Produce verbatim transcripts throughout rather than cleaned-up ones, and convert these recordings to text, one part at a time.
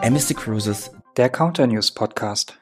M S C Cruises, der Counter News Podcast.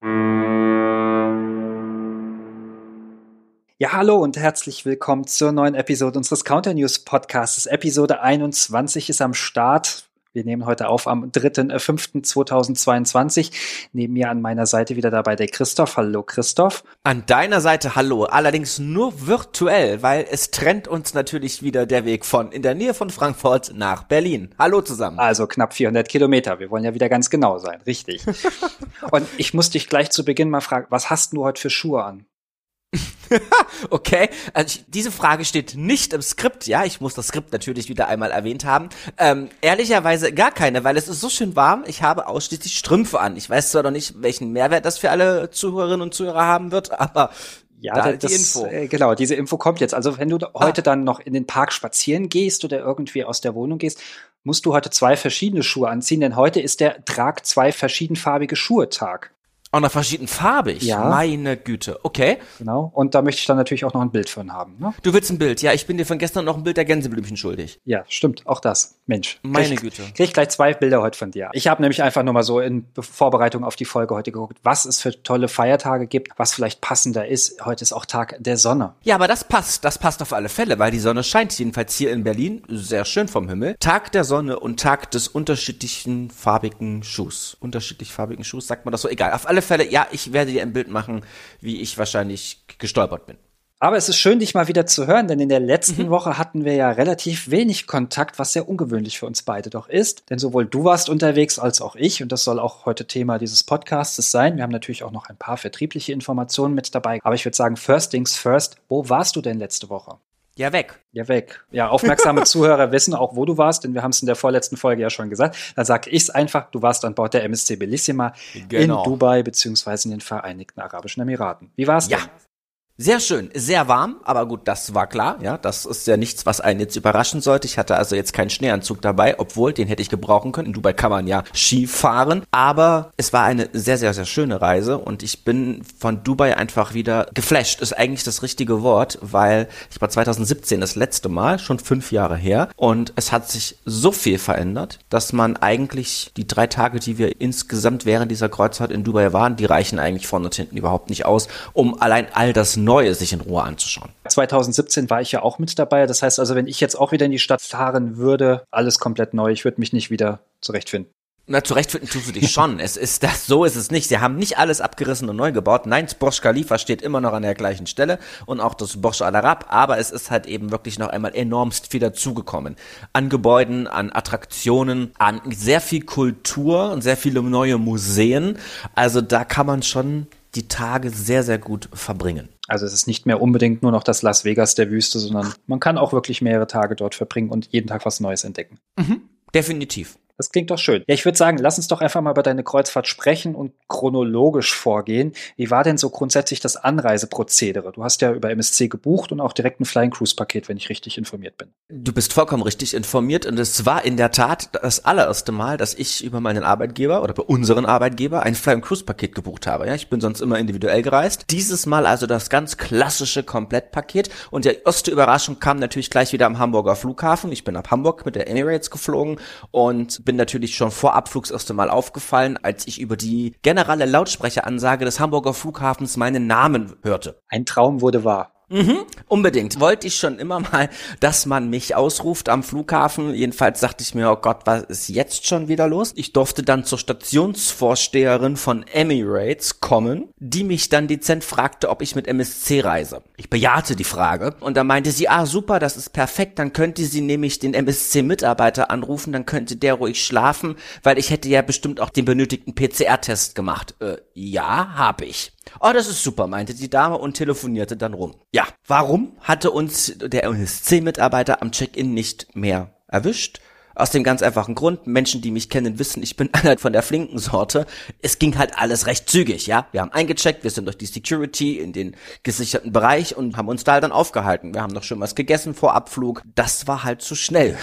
Ja, hallo und herzlich willkommen zur neuen Episode unseres Counter News Podcasts. Episode einundzwanzig ist am Start. Wir nehmen heute auf am dritter fünfter zweitausendzweiundzwanzig. Neben mir an meiner Seite wieder dabei der Christoph. Hallo Christoph. An deiner Seite hallo, allerdings nur virtuell, weil es trennt uns natürlich wieder der Weg von in der Nähe von Frankfurt nach Berlin. Hallo zusammen. Also knapp vierhundert Kilometer. Wir wollen ja wieder ganz genau sein, richtig. Und ich muss dich gleich zu Beginn mal fragen, was hast du heute für Schuhe an? Okay, also ich, diese Frage steht nicht im Skript, ja, ich muss das Skript natürlich wieder einmal erwähnt haben. Ähm, ehrlicherweise gar keine, weil es ist so schön warm, ich habe ausschließlich Strümpfe an. Ich weiß zwar noch nicht, welchen Mehrwert das für alle Zuhörerinnen und Zuhörer haben wird, aber ja, da das, die Info. Äh, genau, diese Info kommt jetzt. Also wenn du ah. heute dann noch in den Park spazieren gehst oder irgendwie aus der Wohnung gehst, musst du heute zwei verschiedene Schuhe anziehen, denn heute ist der Trag zwei verschiedenfarbige Schuhe-Tag. Auch noch verschiedenfarbig? Ja. Meine Güte, okay. Genau, und da möchte ich dann natürlich auch noch ein Bild von haben. Ne? Du willst ein Bild, ja, ich bin dir von gestern noch ein Bild der Gänseblümchen schuldig. Ja, stimmt, auch das. Mensch. Meine krieg, Güte. Krieg ich gleich zwei Bilder heute von dir. Ich habe nämlich einfach nur mal so in Vorbereitung auf die Folge heute geguckt, was es für tolle Feiertage gibt, was vielleicht passender ist. Heute ist auch Tag der Sonne. Ja, aber das passt, das passt auf alle Fälle, weil die Sonne scheint jedenfalls hier in Berlin sehr schön vom Himmel. Tag der Sonne und Tag des unterschiedlichen farbigen Schuhs. Unterschiedlich farbigen Schuhs, sagt man das so? Egal, auf alle Fälle, ja, ich werde dir ein Bild machen, wie ich wahrscheinlich gestolpert bin. Aber es ist schön, dich mal wieder zu hören, denn in der letzten Mhm. Woche hatten wir ja relativ wenig Kontakt, was sehr ungewöhnlich für uns beide doch ist. Denn sowohl du warst unterwegs als auch ich, und das soll auch heute Thema dieses Podcasts sein. Wir haben natürlich auch noch ein paar vertriebliche Informationen mit dabei. Aber ich würde sagen, first things first, wo warst du denn letzte Woche? Ja, weg. Ja, weg. Ja, aufmerksame Zuhörer wissen auch, wo du warst, denn wir haben es in der vorletzten Folge ja schon gesagt. Dann sage ich es einfach, du warst an Bord der M S C Bellissima Genau. in Dubai beziehungsweise in den Vereinigten Arabischen Emiraten. Wie war's Ja. denn? Sehr schön, sehr warm, aber gut, das war klar, ja, das ist ja nichts, was einen jetzt überraschen sollte. Ich hatte also jetzt keinen Schneeanzug dabei, obwohl, den hätte ich gebrauchen können. In Dubai kann man ja Ski fahren, aber es war eine sehr, sehr, sehr schöne Reise und ich bin von Dubai einfach wieder geflasht, ist eigentlich das richtige Wort, weil ich war zwanzig siebzehn das letzte Mal, schon fünf Jahre her, und es hat sich so viel verändert, dass man eigentlich die drei Tage, die wir insgesamt während dieser Kreuzfahrt in Dubai waren, die reichen eigentlich vorne und hinten überhaupt nicht aus, um allein all das Neue sich in Ruhe anzuschauen. zwanzig siebzehn war ich ja auch mit dabei. Das heißt also, wenn ich jetzt auch wieder in die Stadt fahren würde, alles komplett neu. Ich würde mich nicht wieder zurechtfinden. Na, zurechtfinden tust du dich schon. Es ist das, so ist es nicht. Sie haben nicht alles abgerissen und neu gebaut. Nein, das Burj Khalifa steht immer noch an der gleichen Stelle und auch das Burj Al Arab, aber es ist halt eben wirklich noch einmal enormst viel dazugekommen. An Gebäuden, an Attraktionen, an sehr viel Kultur und sehr viele neue Museen. Also da kann man schon die Tage sehr, sehr gut verbringen. Also es ist nicht mehr unbedingt nur noch das Las Vegas der Wüste, sondern man kann auch wirklich mehrere Tage dort verbringen und jeden Tag was Neues entdecken. Mhm, definitiv. Das klingt doch schön. Ja, ich würde sagen, lass uns doch einfach mal über deine Kreuzfahrt sprechen und chronologisch vorgehen. Wie war denn so grundsätzlich das Anreiseprozedere? Du hast ja über M S C gebucht und auch direkt ein Flying Cruise Paket, wenn ich richtig informiert bin. Du bist vollkommen richtig informiert und es war in der Tat das allererste Mal, dass ich über meinen Arbeitgeber oder bei unseren Arbeitgeber ein Flying Cruise Paket gebucht habe. Ja, ich bin sonst immer individuell gereist. Dieses Mal also das ganz klassische Komplettpaket und die erste Überraschung kam natürlich gleich wieder am Hamburger Flughafen. Ich bin ab Hamburg mit der Emirates geflogen und bin natürlich schon vor Abflug das erste Mal aufgefallen, als ich über die generelle Lautsprecheransage des Hamburger Flughafens meinen Namen hörte. Ein Traum wurde wahr. Mhm, unbedingt. Wollte ich schon immer mal, dass man mich ausruft am Flughafen. Jedenfalls dachte ich mir, oh Gott, was ist jetzt schon wieder los? Ich durfte dann zur Stationsvorsteherin von Emirates kommen, die mich dann dezent fragte, ob ich mit M S C reise. Ich bejahte die Frage und da meinte sie, ah super, das ist perfekt, dann könnte sie nämlich den M S C-Mitarbeiter anrufen, dann könnte der ruhig schlafen, weil ich hätte ja bestimmt auch den benötigten P C R-Test gemacht. Äh, ja, habe ich. Oh, das ist super, meinte die Dame und telefonierte dann rum. Ja, warum hatte uns der M S C-Mitarbeiter am Check-in nicht mehr erwischt? Aus dem ganz einfachen Grund, Menschen, die mich kennen, wissen, ich bin einer von der flinken Sorte. Es ging halt alles recht zügig, ja. Wir haben eingecheckt, wir sind durch die Security in den gesicherten Bereich und haben uns da dann aufgehalten. Wir haben noch schon was gegessen vor Abflug. Das war halt zu schnell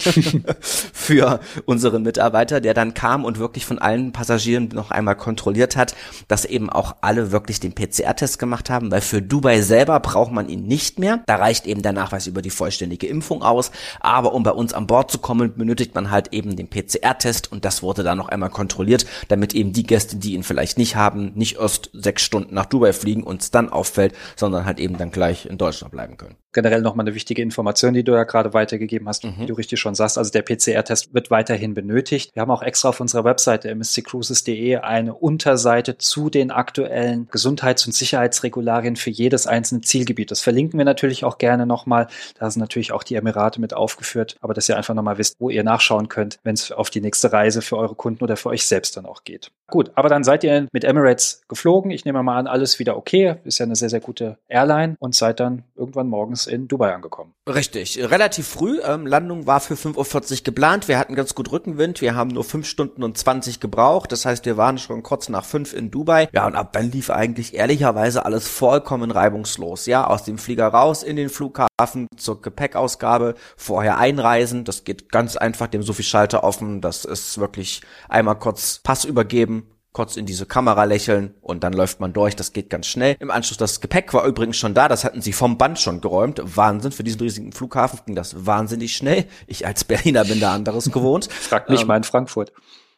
für unseren Mitarbeiter, der dann kam und wirklich von allen Passagieren noch einmal kontrolliert hat, dass eben auch alle wirklich den P C R-Test gemacht haben, weil für Dubai selber braucht man ihn nicht mehr. Da reicht eben der Nachweis über die vollständige Impfung aus. Aber um bei uns an Bord zu kommen, benötigt man halt eben den P C R-Test und das wurde dann noch einmal kontrolliert, damit eben die Gäste, die ihn vielleicht nicht haben, nicht erst sechs Stunden nach Dubai fliegen und es dann auffällt, sondern halt eben dann gleich in Deutschland bleiben können. Generell nochmal eine wichtige Information, die du ja gerade weitergegeben hast, mhm. wie du richtig schon sagst. Also der P C R-Test wird weiterhin benötigt. Wir haben auch extra auf unserer Webseite m s c cruises punkt d e eine Unterseite zu den aktuellen Gesundheits- und Sicherheitsregularien für jedes einzelne Zielgebiet. Das verlinken wir natürlich auch gerne nochmal. Da sind natürlich auch die Emirate mit aufgeführt, aber dass ihr einfach nochmal wisst, wo ihr nachschauen könnt, wenn es auf die nächste Reise für eure Kunden oder für euch selbst dann auch geht. Gut, aber dann seid ihr mit Emirates geflogen. Ich nehme mal an, alles wieder okay. Ist ja eine sehr, sehr gute Airline und seid dann irgendwann morgens in Dubai angekommen. Richtig, relativ früh. Ähm, Landung war für fünf Uhr vierzig geplant. Wir hatten ganz gut Rückenwind. Wir haben nur fünf Stunden und zwanzig gebraucht. Das heißt, wir waren schon kurz nach fünf in Dubai. Ja, und ab dann lief eigentlich ehrlicherweise alles vollkommen reibungslos. Ja, aus dem Flieger raus in den Flughafen zur Gepäckausgabe, vorher einreisen. Das geht ganz einfach, dem Sophie-Schalter offen. Das ist wirklich einmal kurz Pass übergeben, kurz in diese Kamera lächeln und dann läuft man durch. Das geht ganz schnell. Im Anschluss, das Gepäck war übrigens schon da. Das hatten sie vom Band schon geräumt. Wahnsinn, für diesen riesigen Flughafen ging das wahnsinnig schnell. Ich als Berliner bin da anderes gewohnt. Frag mich ähm, mal in Frankfurt.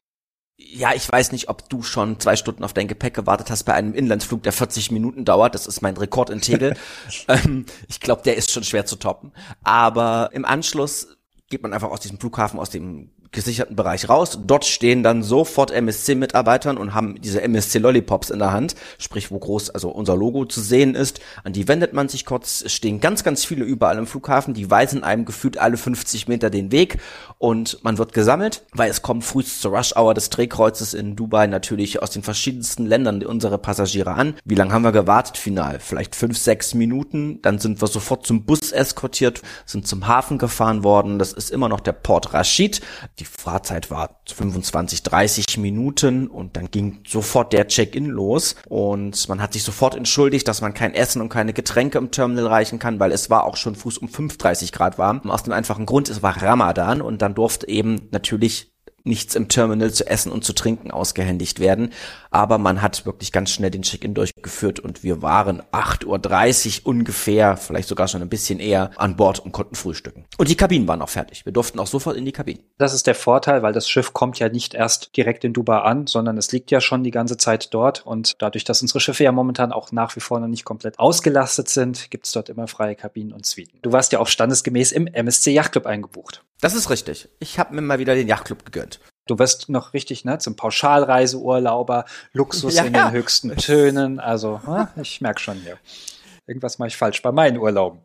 Ja, ich weiß nicht, ob du schon zwei Stunden auf dein Gepäck gewartet hast bei einem Inlandsflug, der vierzig Minuten dauert. Das ist mein Rekord in Tegel. ähm, ich glaube, der ist schon schwer zu toppen. Aber im Anschluss geht man einfach aus diesem Flughafen, aus dem gesicherten Bereich raus. Dort stehen dann sofort M S C-Mitarbeitern und haben diese M S C-Lollipops in der Hand, sprich, wo groß also unser Logo zu sehen ist. An die wendet man sich kurz. Es stehen ganz, ganz viele überall im Flughafen. Die weisen einem gefühlt alle fünfzig Meter den Weg und man wird gesammelt, weil es kommt frühst zur Rush-Hour des Drehkreuzes in Dubai natürlich aus den verschiedensten Ländern unsere Passagiere an. Wie lange haben wir gewartet final? Vielleicht fünf, sechs Minuten. Dann sind wir sofort zum Bus eskortiert, sind zum Hafen gefahren worden. Das ist immer noch der Port Rashid. Die Fahrzeit war fünfundzwanzig, dreißig Minuten und dann ging sofort der Check-in los und man hat sich sofort entschuldigt, dass man kein Essen und keine Getränke im Terminal reichen kann, weil es war auch schon früh um fünfunddreißig Grad warm. Aus dem einfachen Grund, es war Ramadan und dann durfte eben natürlich nichts im Terminal zu essen und zu trinken ausgehändigt werden. Aber man hat wirklich ganz schnell den Check-in durchgeführt und wir waren acht Uhr dreißig ungefähr, vielleicht sogar schon ein bisschen eher, an Bord und konnten frühstücken. Und die Kabinen waren auch fertig. Wir durften auch sofort in die Kabinen. Das ist der Vorteil, weil das Schiff kommt ja nicht erst direkt in Dubai an, sondern es liegt ja schon die ganze Zeit dort. Und dadurch, dass unsere Schiffe ja momentan auch nach wie vor noch nicht komplett ausgelastet sind, gibt es dort immer freie Kabinen und Suiten. Du warst ja auch standesgemäß im M S C Yachtclub eingebucht. Das ist richtig. Ich habe mir mal wieder den Yachtclub gegönnt. Du wirst noch richtig, ne, zum Pauschalreiseurlauber, Luxus ja, in ja. den höchsten Tönen. Also, na, ich merke schon hier. Irgendwas mache ich falsch bei meinen Urlauben.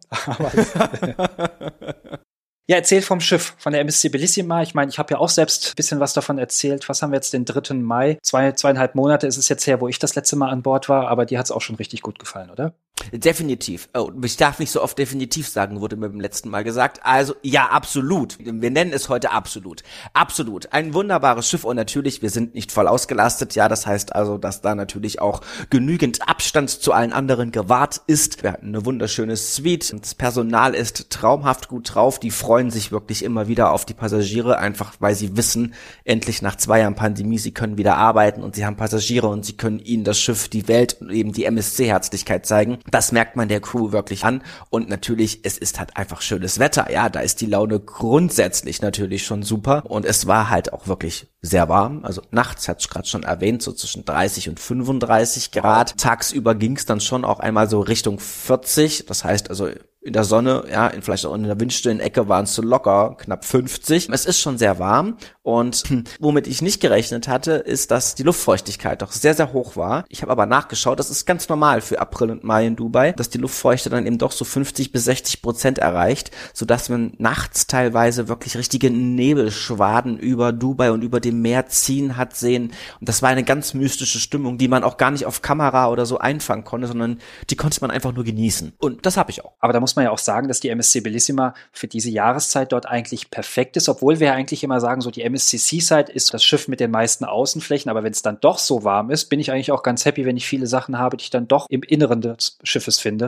Ja, erzähl vom Schiff, von der M S C Bellissima. Ich meine, ich habe ja auch selbst ein bisschen was davon erzählt. Was haben wir jetzt den dritten Mai? Zwei, zweieinhalb Monate ist es jetzt her, wo ich das letzte Mal an Bord war, aber dir hat es auch schon richtig gut gefallen, oder? Definitiv. Oh, ich darf nicht so oft definitiv sagen, wurde mir beim letzten Mal gesagt. Also, ja, absolut. Wir nennen es heute absolut. Absolut. Ein wunderbares Schiff und natürlich, wir sind nicht voll ausgelastet. Ja, das heißt also, dass da natürlich auch genügend Abstand zu allen anderen gewahrt ist. Wir hatten eine wunderschöne Suite. Das Personal ist traumhaft gut drauf. Die freuen sich wirklich immer wieder auf die Passagiere, einfach weil sie wissen, endlich nach zwei Jahren Pandemie, sie können wieder arbeiten und sie haben Passagiere und sie können ihnen das Schiff, die Welt und eben die M S C-Herzlichkeit zeigen. Das merkt man der Crew wirklich an und natürlich, es ist halt einfach schönes Wetter, ja, da ist die Laune grundsätzlich natürlich schon super und es war halt auch wirklich sehr warm, also nachts, hatte ich gerade schon erwähnt, so zwischen dreißig und fünfunddreißig Grad, tagsüber ging es dann schon auch einmal so Richtung vierzig, das heißt also in der Sonne, ja, in vielleicht auch in der windstillen Ecke waren es so locker knapp fünfzig. Es ist schon sehr warm und womit ich nicht gerechnet hatte, ist, dass die Luftfeuchtigkeit doch sehr, sehr hoch war. Ich habe aber nachgeschaut, das ist ganz normal für April und Mai in Dubai, dass die Luftfeuchte dann eben doch so fünfzig bis sechzig Prozent erreicht, sodass man nachts teilweise wirklich richtige Nebelschwaden über Dubai und über dem Meer ziehen hat sehen. Und das war eine ganz mystische Stimmung, die man auch gar nicht auf Kamera oder so einfangen konnte, sondern die konnte man einfach nur genießen. Und das habe ich auch. Aber da muss man ja auch sagen, dass die M S C Bellissima für diese Jahreszeit dort eigentlich perfekt ist, obwohl wir ja eigentlich immer sagen, so die M S C Seaside ist das Schiff mit den meisten Außenflächen, aber wenn es dann doch so warm ist, bin ich eigentlich auch ganz happy, wenn ich viele Sachen habe, die ich dann doch im Inneren des Schiffes finde.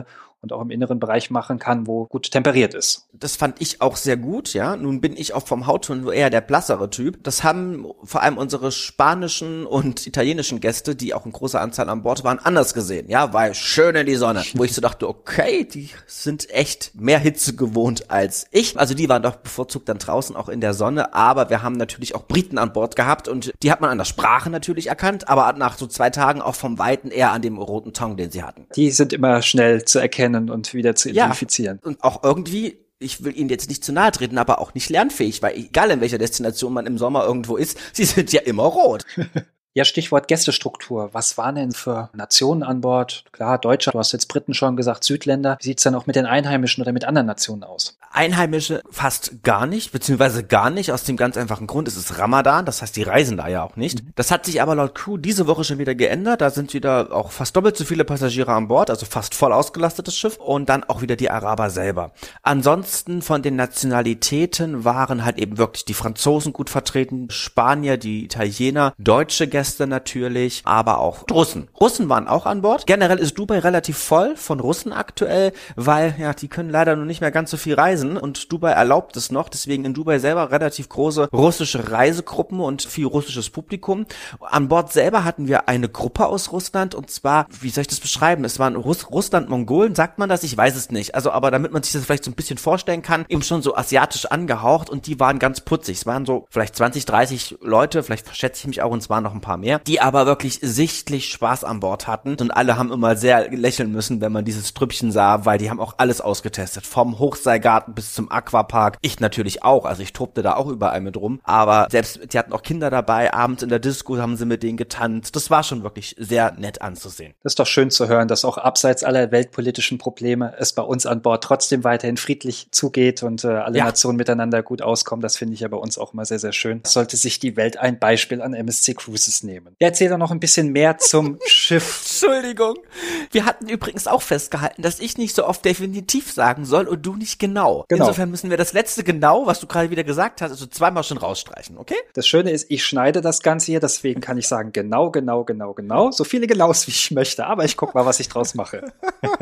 und auch im inneren Bereich machen kann, wo gut temperiert ist. Das fand ich auch sehr gut, ja. Nun bin ich auch vom Hautton eher der blassere Typ. Das haben vor allem unsere spanischen und italienischen Gäste, die auch in großer Anzahl an Bord waren, anders gesehen, ja, weil schön in die Sonne. Wo ich so dachte, okay, die sind echt mehr Hitze gewohnt als ich. Also die waren doch bevorzugt dann draußen auch in der Sonne, aber wir haben natürlich auch Briten an Bord gehabt und die hat man an der Sprache natürlich erkannt, aber nach so zwei Tagen auch vom Weiten eher an dem roten Ton, den sie hatten. Die sind immer schnell zu erkennen und wieder zu identifizieren. Ja, und auch irgendwie, ich will Ihnen jetzt nicht zu nahe treten, aber auch nicht lernfähig, weil egal in welcher Destination man im Sommer irgendwo ist, sie sind ja immer rot. Ja, Stichwort Gästestruktur. Was waren denn für Nationen an Bord? Klar, Deutsche, du hast jetzt Briten schon gesagt, Südländer. Wie sieht's dann auch mit den Einheimischen oder mit anderen Nationen aus? Einheimische fast gar nicht, beziehungsweise gar nicht, aus dem ganz einfachen Grund, es ist Ramadan, das heißt, die reisen da ja auch nicht. Das hat sich aber laut Crew diese Woche schon wieder geändert, da sind wieder auch fast doppelt so viele Passagiere an Bord, also fast voll ausgelastetes Schiff und dann auch wieder die Araber selber. Ansonsten von den Nationalitäten waren halt eben wirklich die Franzosen gut vertreten, Spanier, die Italiener, deutsche Gäste natürlich, aber auch Russen. Russen waren auch an Bord. Generell ist Dubai relativ voll von Russen aktuell, weil ja, die können leider nur nicht mehr ganz so viel reisen und Dubai erlaubt es noch, deswegen in Dubai selber relativ große russische Reisegruppen und viel russisches Publikum. An Bord selber hatten wir eine Gruppe aus Russland und zwar, wie soll ich das beschreiben? Es waren Russ- Russland-Mongolen, sagt man das? Ich weiß es nicht. Also, aber damit man sich das vielleicht so ein bisschen vorstellen kann, eben schon so asiatisch angehaucht und die waren ganz putzig. Es waren so vielleicht zwanzig, dreißig Leute, vielleicht verschätze ich mich auch und es waren noch ein paar mehr, die aber wirklich sichtlich Spaß an Bord hatten und alle haben immer sehr lächeln müssen, wenn man dieses Trüppchen sah, weil die haben auch alles ausgetestet, vom Hochseilgarten bis zum Aquapark. Ich natürlich auch, also ich tobte da auch überall mit rum, aber selbst, die hatten auch Kinder dabei, abends in der Disco haben sie mit denen getanzt, das war schon wirklich sehr nett anzusehen. Das ist doch schön zu hören, dass auch abseits aller weltpolitischen Probleme es bei uns an Bord trotzdem weiterhin friedlich zugeht und äh, alle ja. Nationen miteinander gut auskommen, das finde ich ja bei uns auch immer sehr, sehr schön. Sollte sich die Welt ein Beispiel an M S C Cruises nehmen. Ja, erzähl doch noch ein bisschen mehr zum Schiff. Entschuldigung. Wir hatten übrigens auch festgehalten, dass ich nicht so oft definitiv sagen soll und du nicht genau. genau. Insofern müssen wir das letzte genau, was du gerade wieder gesagt hast, also zweimal schon rausstreichen, okay? Das Schöne ist, ich schneide das Ganze hier, deswegen kann ich sagen genau, genau, genau, genau. So viele Genaus, wie ich möchte, aber ich guck mal, was ich draus mache.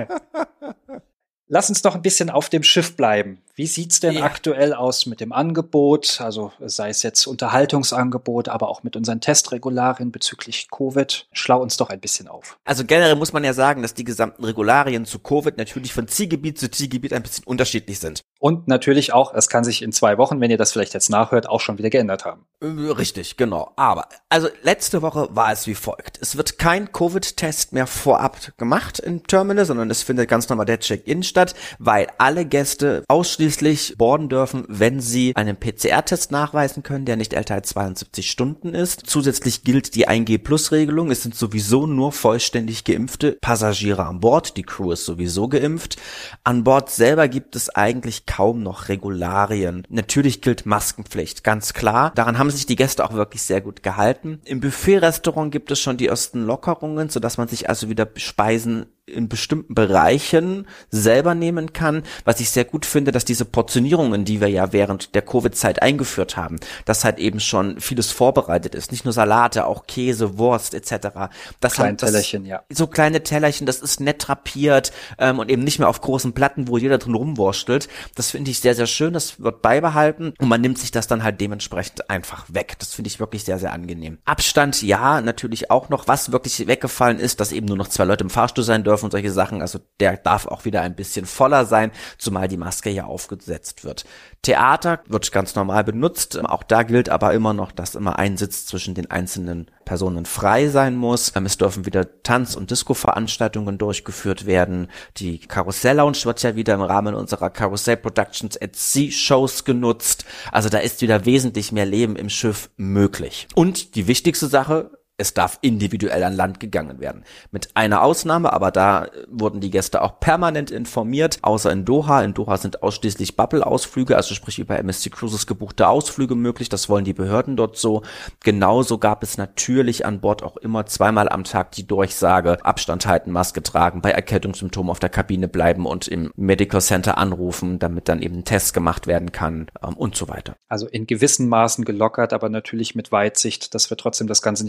Lass uns noch ein bisschen auf dem Schiff bleiben. Wie sieht's denn ja. aktuell aus mit dem Angebot? Also sei es jetzt Unterhaltungsangebot, aber auch mit unseren Testregularien bezüglich Covid. Schlau uns doch ein bisschen auf. Also generell muss man ja sagen, dass die gesamten Regularien zu Covid natürlich von Zielgebiet zu Zielgebiet ein bisschen unterschiedlich sind. Und natürlich auch, es kann sich in zwei Wochen, wenn ihr das vielleicht jetzt nachhört, auch schon wieder geändert haben. Richtig, genau. Aber, also letzte Woche war es wie folgt. Es wird kein Covid-Test mehr vorab gemacht im Terminal, sondern es findet ganz normal der Check-in statt, weil alle Gäste ausschließlich boarden dürfen, wenn sie einen P C R-Test nachweisen können, der nicht älter als zweiundsiebzig Stunden ist. Zusätzlich gilt die eins G Plus Regelung. Es sind sowieso nur vollständig geimpfte Passagiere an Bord. Die Crew ist sowieso geimpft. An Bord selber gibt es eigentlich kaum noch Regularien. Natürlich gilt Maskenpflicht, ganz klar. Daran haben sich die Gäste auch wirklich sehr gut gehalten. Im Buffet-Restaurant gibt es schon die ersten Lockerungen, sodass man sich also wieder Speisen in bestimmten Bereichen selber nehmen kann. Was ich sehr gut finde, dass diese Portionierungen, die wir ja während der Covid-Zeit eingeführt haben, dass halt eben schon vieles vorbereitet ist. Nicht nur Salate, auch Käse, Wurst et cetera. Das Kleine Tellerchen, ja. So kleine Tellerchen, das ist nett drapiert ähm, und eben nicht mehr auf großen Platten, wo jeder drin rumwurstelt. Das finde ich sehr, sehr schön. Das wird beibehalten und man nimmt sich das dann halt dementsprechend einfach weg. Das finde ich wirklich sehr, sehr angenehm. Abstand, ja, natürlich auch noch. Was wirklich weggefallen ist, dass eben nur noch zwei Leute im Fahrstuhl sein dürfen und solche Sachen, also der darf auch wieder ein bisschen voller sein, zumal die Maske ja aufgesetzt wird. Theater wird ganz normal benutzt, auch da gilt aber immer noch, dass immer ein Sitz zwischen den einzelnen Personen frei sein muss. Es dürfen wieder Tanz- und Disco-Veranstaltungen durchgeführt werden. Die Karussell-Lounge wird ja wieder im Rahmen unserer Carousel Productions at Sea Shows genutzt. Also da ist wieder wesentlich mehr Leben im Schiff möglich. Und die wichtigste Sache, es darf individuell an Land gegangen werden. Mit einer Ausnahme, aber da wurden die Gäste auch permanent informiert, außer in Doha. In Doha sind ausschließlich Bubble-Ausflüge, also sprich über M S C Cruises gebuchte Ausflüge möglich. Das wollen die Behörden dort so. Genauso gab es natürlich an Bord auch immer zweimal am Tag die Durchsage, Abstand halten, Maske tragen, bei Erkältungssymptomen auf der Kabine bleiben und im Medical Center anrufen, damit dann eben ein Test gemacht werden kann ähm, und so weiter. Also in gewissen Maßen gelockert, aber natürlich mit Weitsicht, dass wir trotzdem das Ganze nicht aus dem Auge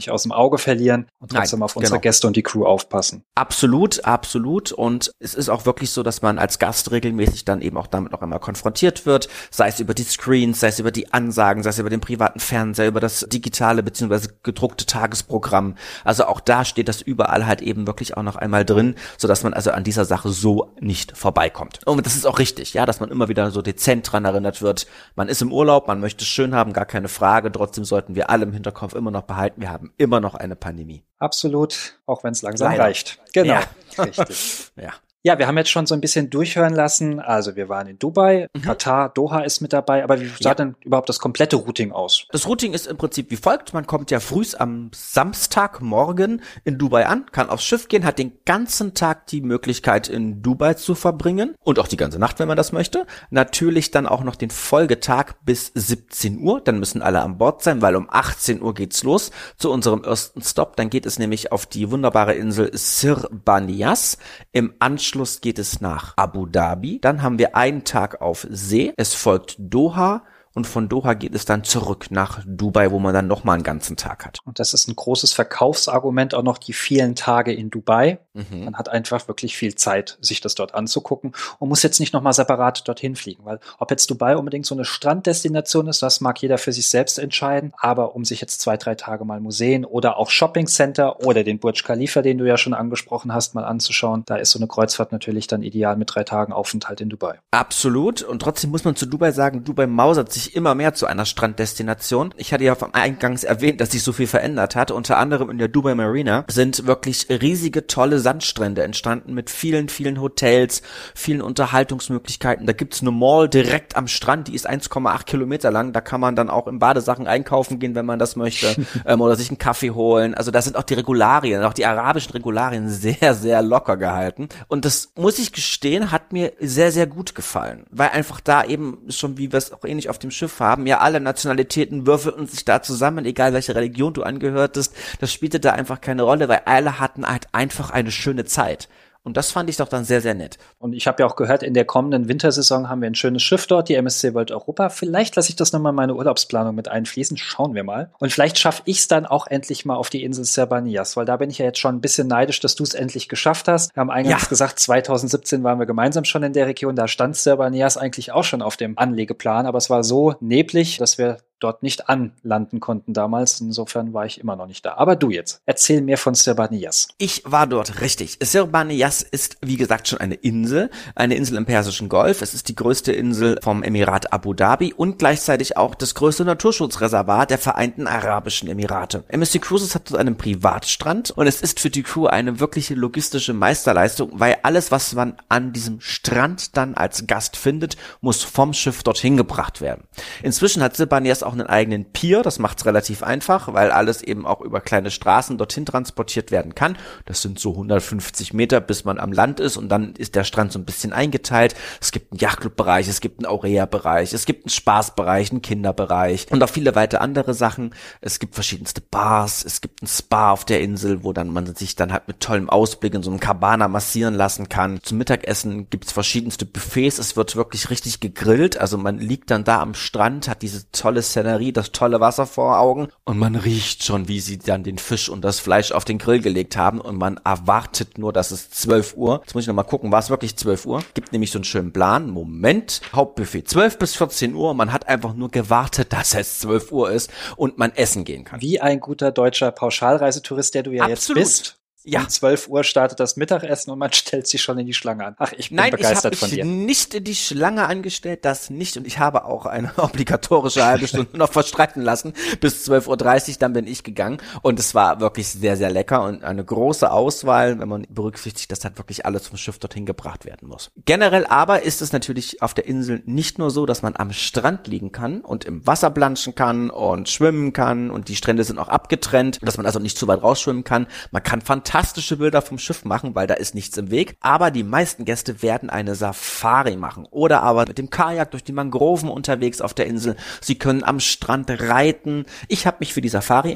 Auge verlieren und trotzdem Nein, auf unsere genau. Gäste und die Crew aufpassen. Absolut, absolut. Und es ist auch wirklich so, dass man als Gast regelmäßig dann eben auch damit noch einmal konfrontiert wird, sei es über die Screens, sei es über die Ansagen, sei es über den privaten Fernseher, über das digitale bzw. gedruckte Tagesprogramm. Also auch da steht das überall halt eben wirklich auch noch einmal drin, sodass man also an dieser Sache so nicht vorbeikommt. Und das ist auch richtig, ja, dass man immer wieder so dezent dran erinnert wird. Man ist im Urlaub, man möchte es schön haben, gar keine Frage. Trotzdem sollten wir alle im Hinterkopf immer noch behalten, wir haben immer noch eine Pandemie. Absolut, auch wenn es langsam Leider. reicht. Genau, Ja. richtig. Ja. Ja, wir haben jetzt schon so ein bisschen durchhören lassen. Also wir waren in Dubai, Mhm. Katar, Doha ist mit dabei. Aber wie sah Ja. denn überhaupt das komplette Routing aus? Das Routing ist im Prinzip wie folgt. Man kommt ja frühs am Samstagmorgen in Dubai an, kann aufs Schiff gehen, hat den ganzen Tag die Möglichkeit in Dubai zu verbringen und auch die ganze Nacht, wenn man das möchte. Natürlich dann auch noch den Folgetag bis siebzehn Uhr. Dann müssen alle an Bord sein, weil um achtzehn Uhr geht's los zu unserem ersten Stop. Dann geht es nämlich auf die wunderbare Insel Sirbaniyas. Im Anschluss geht es nach Abu Dhabi. Dann haben wir einen Tag auf See. Es folgt Doha. Und von Doha geht es dann zurück nach Dubai, wo man dann nochmal einen ganzen Tag hat. Und das ist ein großes Verkaufsargument, auch noch die vielen Tage in Dubai. Mhm. Man hat einfach wirklich viel Zeit, sich das dort anzugucken und muss jetzt nicht nochmal separat dorthin fliegen. Weil ob jetzt Dubai unbedingt so eine Stranddestination ist, das mag jeder für sich selbst entscheiden. Aber um sich jetzt zwei, drei Tage mal Museen oder auch Shoppingcenter oder den Burj Khalifa, den du ja schon angesprochen hast, mal anzuschauen, da ist so eine Kreuzfahrt natürlich dann ideal mit drei Tagen Aufenthalt in Dubai. Absolut. Und trotzdem muss man zu Dubai sagen, Dubai mausert sich immer mehr zu einer Stranddestination. Ich hatte ja vom Eingangs erwähnt, dass sich so viel verändert hat. Unter anderem in der Dubai Marina sind wirklich riesige, tolle Sandstrände entstanden mit vielen, vielen Hotels, vielen Unterhaltungsmöglichkeiten. Da gibt's eine Mall direkt am Strand, die ist eins Komma acht Kilometer lang. Da kann man dann auch in Badesachen einkaufen gehen, wenn man das möchte, ähm, oder sich einen Kaffee holen. Also da sind auch die Regularien, auch die arabischen Regularien sehr, sehr locker gehalten. Und das, muss ich gestehen, hat mir sehr, sehr gut gefallen, weil einfach da eben schon, wie wir es auch ähnlich auf dem Schiff haben, ja alle Nationalitäten würfelten sich da zusammen, egal welche Religion du angehörtest, das spielte da einfach keine Rolle, weil alle hatten halt einfach eine schöne Zeit. Und das fand ich doch dann sehr, sehr nett. Und ich habe ja auch gehört, in der kommenden Wintersaison haben wir ein schönes Schiff dort, die M S C World Europa. Vielleicht lasse ich das nochmal in meine Urlaubsplanung mit einfließen. Schauen wir mal. Und vielleicht schaffe ich es dann auch endlich mal auf die Insel Sirbaniyas, weil da bin ich ja jetzt schon ein bisschen neidisch, dass du es endlich geschafft hast. Wir haben eingangs Ja. gesagt, zwanzig siebzehn waren wir gemeinsam schon in der Region. Da stand Sirbaniyas eigentlich auch schon auf dem Anlegeplan, aber es war so neblig, dass wir dort nicht anlanden konnten damals. Insofern war ich immer noch nicht da. Aber du jetzt, erzähl mir von Sirbaniyas. Ich war dort richtig. Sirbaniyas ist, wie gesagt, schon eine Insel, eine Insel im Persischen Golf. Es ist die größte Insel vom Emirat Abu Dhabi und gleichzeitig auch das größte Naturschutzreservat der Vereinten Arabischen Emirate. M S C Cruises hat dort einen Privatstrand und es ist für die Crew eine wirkliche logistische Meisterleistung, weil alles, was man an diesem Strand dann als Gast findet, muss vom Schiff dorthin gebracht werden. Inzwischen hat Sirbaniyas auch einen eigenen Pier, das macht's relativ einfach, weil alles eben auch über kleine Straßen dorthin transportiert werden kann. Das sind so hundertfünfzig Meter, bis man am Land ist und dann ist der Strand so ein bisschen eingeteilt. Es gibt einen Yachtclub-Bereich, es gibt einen Aurea-Bereich, es gibt einen Spaßbereich, einen Kinderbereich und auch viele weitere andere Sachen. Es gibt verschiedenste Bars, es gibt ein Spa auf der Insel, wo dann man sich dann halt mit tollem Ausblick in so einem Cabana massieren lassen kann. Zum Mittagessen gibt's verschiedenste Buffets, es wird wirklich richtig gegrillt, also man liegt dann da am Strand, hat diese tolle Szenerie, das tolle Wasser vor Augen und man riecht schon, wie sie dann den Fisch und das Fleisch auf den Grill gelegt haben und man erwartet nur, dass es zwölf Uhr, jetzt muss ich nochmal gucken, war es wirklich zwölf Uhr? Gibt nämlich so einen schönen Plan, Moment, Hauptbuffet zwölf bis vierzehn Uhr, man hat einfach nur gewartet, dass es zwölf Uhr ist und man essen gehen kann. Wie ein guter deutscher Pauschalreisetourist, der du ja Absolut. jetzt bist. Ja. Um zwölf Uhr startet das Mittagessen und man stellt sich schon in die Schlange an. Ach, ich bin Nein, begeistert ich von habe dir. mich nicht in die Schlange angestellt, das nicht. Und ich habe auch eine obligatorische halbe Stunde noch verstreiten lassen. Bis zwölf Uhr dreißig, dann bin ich gegangen. Und es war wirklich sehr, sehr lecker und eine große Auswahl, wenn man berücksichtigt, dass halt wirklich alles vom Schiff dorthin gebracht werden muss. Generell aber ist es natürlich auf der Insel nicht nur so, dass man am Strand liegen kann und im Wasser planschen kann und schwimmen kann. Und die Strände sind auch abgetrennt, dass man also nicht zu weit rausschwimmen kann. Man kann fantastische Bilder vom Schiff machen, weil da ist nichts im Weg. Aber die meisten Gäste werden eine Safari machen oder aber mit dem Kajak durch die Mangroven unterwegs auf der Insel. Sie können am Strand reiten. Ich habe mich für die Safari entschieden.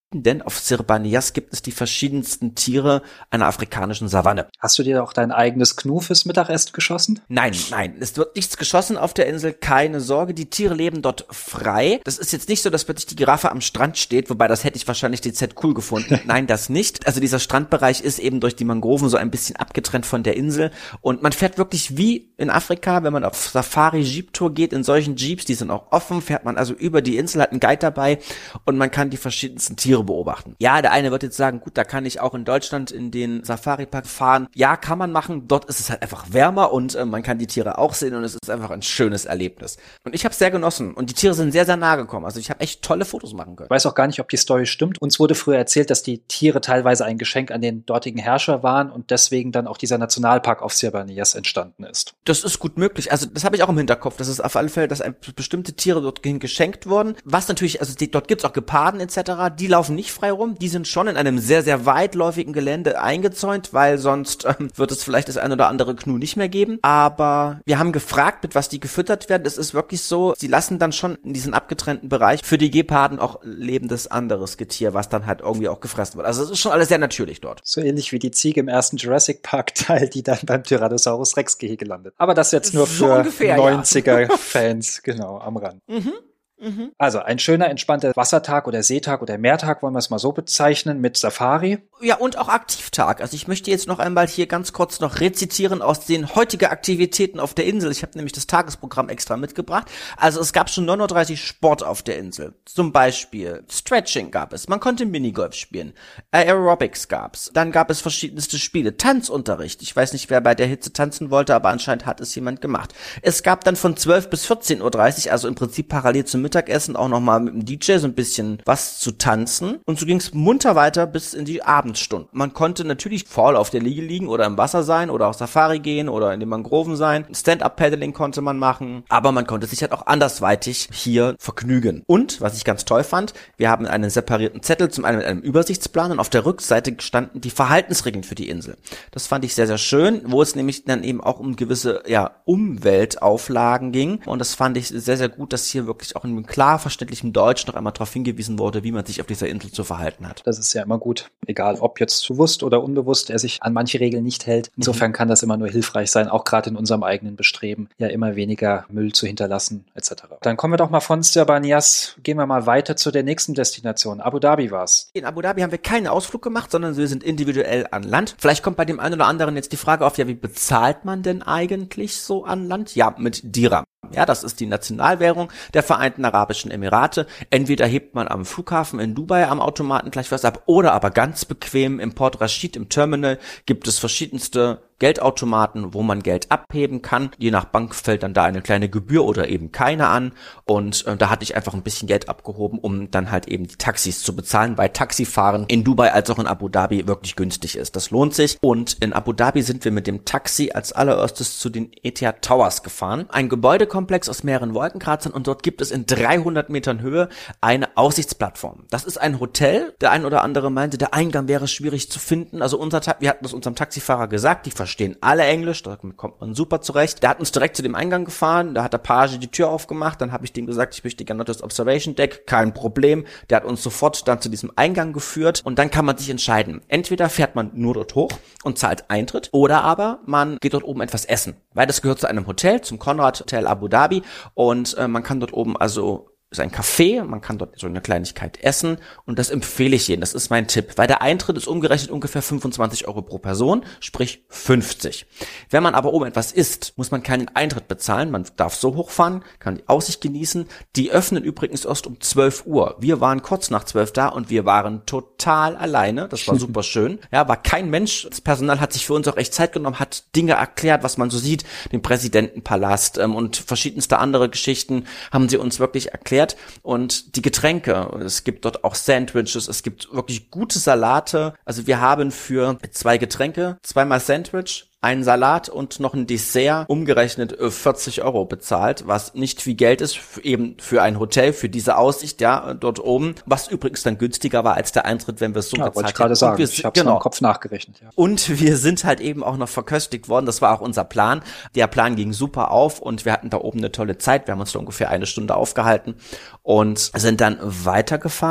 denn auf Sirba Nias gibt es die verschiedensten Tiere einer afrikanischen Savanne. Hast du dir auch dein eigenes Gnu fürs Mittagessen geschossen? Nein, nein, es wird nichts geschossen auf der Insel, keine Sorge, die Tiere leben dort frei. Das ist jetzt nicht so, dass plötzlich die Giraffe am Strand steht, wobei das hätte ich wahrscheinlich D Z cool gefunden. Nein, das nicht. Also dieser Strandbereich ist eben durch die Mangroven so ein bisschen abgetrennt von der Insel und man fährt wirklich wie in Afrika, wenn man auf Safari-Jeep-Tour geht, in solchen Jeeps, die sind auch offen, fährt man also über die Insel, hat einen Guide dabei und man kann die verschiedensten Tiere beobachten. Ja, der eine wird jetzt sagen, gut, da kann ich auch in Deutschland in den Safari-Park fahren. Ja, kann man machen. Dort ist es halt einfach wärmer und äh, man kann die Tiere auch sehen und es ist einfach ein schönes Erlebnis. Und ich habe es sehr genossen und die Tiere sind sehr, sehr nah gekommen. Also ich habe echt tolle Fotos machen können. Ich weiß auch gar nicht, ob die Story stimmt. Uns wurde früher erzählt, dass die Tiere teilweise ein Geschenk an den dortigen Herrscher waren und deswegen dann auch dieser Nationalpark auf Sirba Nias entstanden ist. Das ist gut möglich. Also das habe ich auch im Hinterkopf. Das ist auf alle Fälle, dass ein, bestimmte Tiere dorthin geschenkt wurden. Was natürlich, also die, dort gibt's auch Geparden et cetera. Die laufen nicht frei rum. Die sind schon in einem sehr, sehr weitläufigen Gelände eingezäunt, weil sonst ähm, wird es vielleicht das ein oder andere Gnu nicht mehr geben. Aber wir haben gefragt, mit was die gefüttert werden. Es ist wirklich so, sie lassen dann schon in diesen abgetrennten Bereich für die Geparden auch lebendes anderes Getier, was dann halt irgendwie auch gefressen wird. Also es ist schon alles sehr natürlich dort. So ähnlich wie die Ziege im ersten Jurassic Park Teil, die dann beim Tyrannosaurus Rex Gehege landet. Aber das jetzt nur so für ungefähr, neunziger-Fans, ja. Genau, am Rand. Mhm. Mhm. Also ein schöner, entspannter Wassertag oder Seetag oder Meertag, wollen wir es mal so bezeichnen, mit Safari. Ja, und auch Aktivtag. Also ich möchte jetzt noch einmal hier ganz kurz noch rezitieren aus den heutigen Aktivitäten auf der Insel. Ich habe nämlich das Tagesprogramm extra mitgebracht. Also es gab schon neun Uhr dreißig Sport auf der Insel. Zum Beispiel Stretching gab es, man konnte Minigolf spielen, Aerobics gab's, dann gab es verschiedenste Spiele, Tanzunterricht. Ich weiß nicht, wer bei der Hitze tanzen wollte, aber anscheinend hat es jemand gemacht. Es gab dann von zwölf bis vierzehn Uhr dreißig, also im Prinzip parallel zum Mittagessen, auch nochmal mit dem D J so ein bisschen was zu tanzen. Und so ging es munter weiter bis in die Abendstunden. Man konnte natürlich faul auf der Liege liegen oder im Wasser sein oder auf Safari gehen oder in den Mangroven sein. Stand-up-Paddling konnte man machen, aber man konnte sich halt auch andersweitig hier vergnügen. Und, was ich ganz toll fand, wir haben einen separierten Zettel, zum einen mit einem Übersichtsplan und auf der Rückseite standen die Verhaltensregeln für die Insel. Das fand ich sehr, sehr schön, wo es nämlich dann eben auch um gewisse, ja, Umweltauflagen ging. Und das fand ich sehr, sehr gut, dass hier wirklich auch in klar verständlichem Deutsch noch einmal darauf hingewiesen wurde, wie man sich auf dieser Insel zu verhalten hat. Das ist ja immer gut, egal ob jetzt bewusst oder unbewusst, er sich an manche Regeln nicht hält. Insofern mhm. kann das immer nur hilfreich sein, auch gerade in unserem eigenen Bestreben, ja immer weniger Müll zu hinterlassen et cetera. Dann kommen wir doch mal von Sirba Nias, gehen wir mal weiter zu der nächsten Destination. Abu Dhabi war's. In Abu Dhabi haben wir keinen Ausflug gemacht, sondern wir sind individuell an Land. Vielleicht kommt bei dem einen oder anderen jetzt die Frage auf, ja, wie bezahlt man denn eigentlich so an Land? Ja, mit Dirham. Ja, das ist die Nationalwährung der Vereinten Arabischen Emirate. Entweder hebt man am Flughafen in Dubai am Automaten gleich was ab oder aber ganz bequem im Port Rashid im Terminal gibt es verschiedenste Geldautomaten, wo man Geld abheben kann. Je nach Bank fällt dann da eine kleine Gebühr oder eben keine an. Und äh, da hatte ich einfach ein bisschen Geld abgehoben, um dann halt eben die Taxis zu bezahlen, weil Taxifahren in Dubai als auch in Abu Dhabi wirklich günstig ist. Das lohnt sich. Und in Abu Dhabi sind wir mit dem Taxi als allererstes zu den Etihad Towers gefahren. Ein Gebäudekomplex aus mehreren Wolkenkratzern und dort gibt es in dreihundert Metern Höhe eine Aussichtsplattform. Das ist ein Hotel. Der ein oder andere meinte, der Eingang wäre schwierig zu finden. Also unser Ta- wir hatten das unserem Taxifahrer gesagt, die verstehen alle Englisch, da kommt man super zurecht. Der hat uns direkt zu dem Eingang gefahren, da hat der Page die Tür aufgemacht, dann habe ich dem gesagt, ich möchte gerne das Observation Deck, kein Problem. Der hat uns sofort dann zu diesem Eingang geführt und dann kann man sich entscheiden. Entweder fährt man nur dort hoch und zahlt Eintritt oder aber man geht dort oben etwas essen, weil das gehört zu einem Hotel, zum Conrad Hotel Abu Dhabi und äh, man kann dort oben also ist ein Café, man kann dort so eine Kleinigkeit essen und das empfehle ich jedem, das ist mein Tipp, weil der Eintritt ist umgerechnet ungefähr fünfundzwanzig Euro pro Person, sprich fünfzig. Wenn man aber oben etwas isst, muss man keinen Eintritt bezahlen, man darf so hochfahren, kann die Aussicht genießen. Die öffnen übrigens erst um zwölf Uhr. Wir waren kurz nach zwölf da und wir waren total alleine, das war super schön. Ja, war kein Mensch, das Personal hat sich für uns auch echt Zeit genommen, hat Dinge erklärt, was man so sieht, den Präsidentenpalast ähm, und verschiedenste andere Geschichten haben sie uns wirklich erklärt. Und die Getränke, es gibt dort auch Sandwiches, es gibt wirklich gute Salate. Also wir haben für zwei Getränke, zweimal Sandwich, einen Salat und noch ein Dessert umgerechnet vierzig Euro bezahlt, was nicht viel Geld ist, für eben für ein Hotel, für diese Aussicht, ja, dort oben, was übrigens dann günstiger war als der Eintritt, wenn wir es so ja, gezahlt wollte ich gerade sagen, wir, ich habe es genau. im Kopf nachgerechnet. Ja. Und wir sind halt eben auch noch verköstigt worden, das war auch unser Plan. Der Plan ging super auf und wir hatten da oben eine tolle Zeit, wir haben uns da ungefähr eine Stunde aufgehalten und sind dann weitergefahren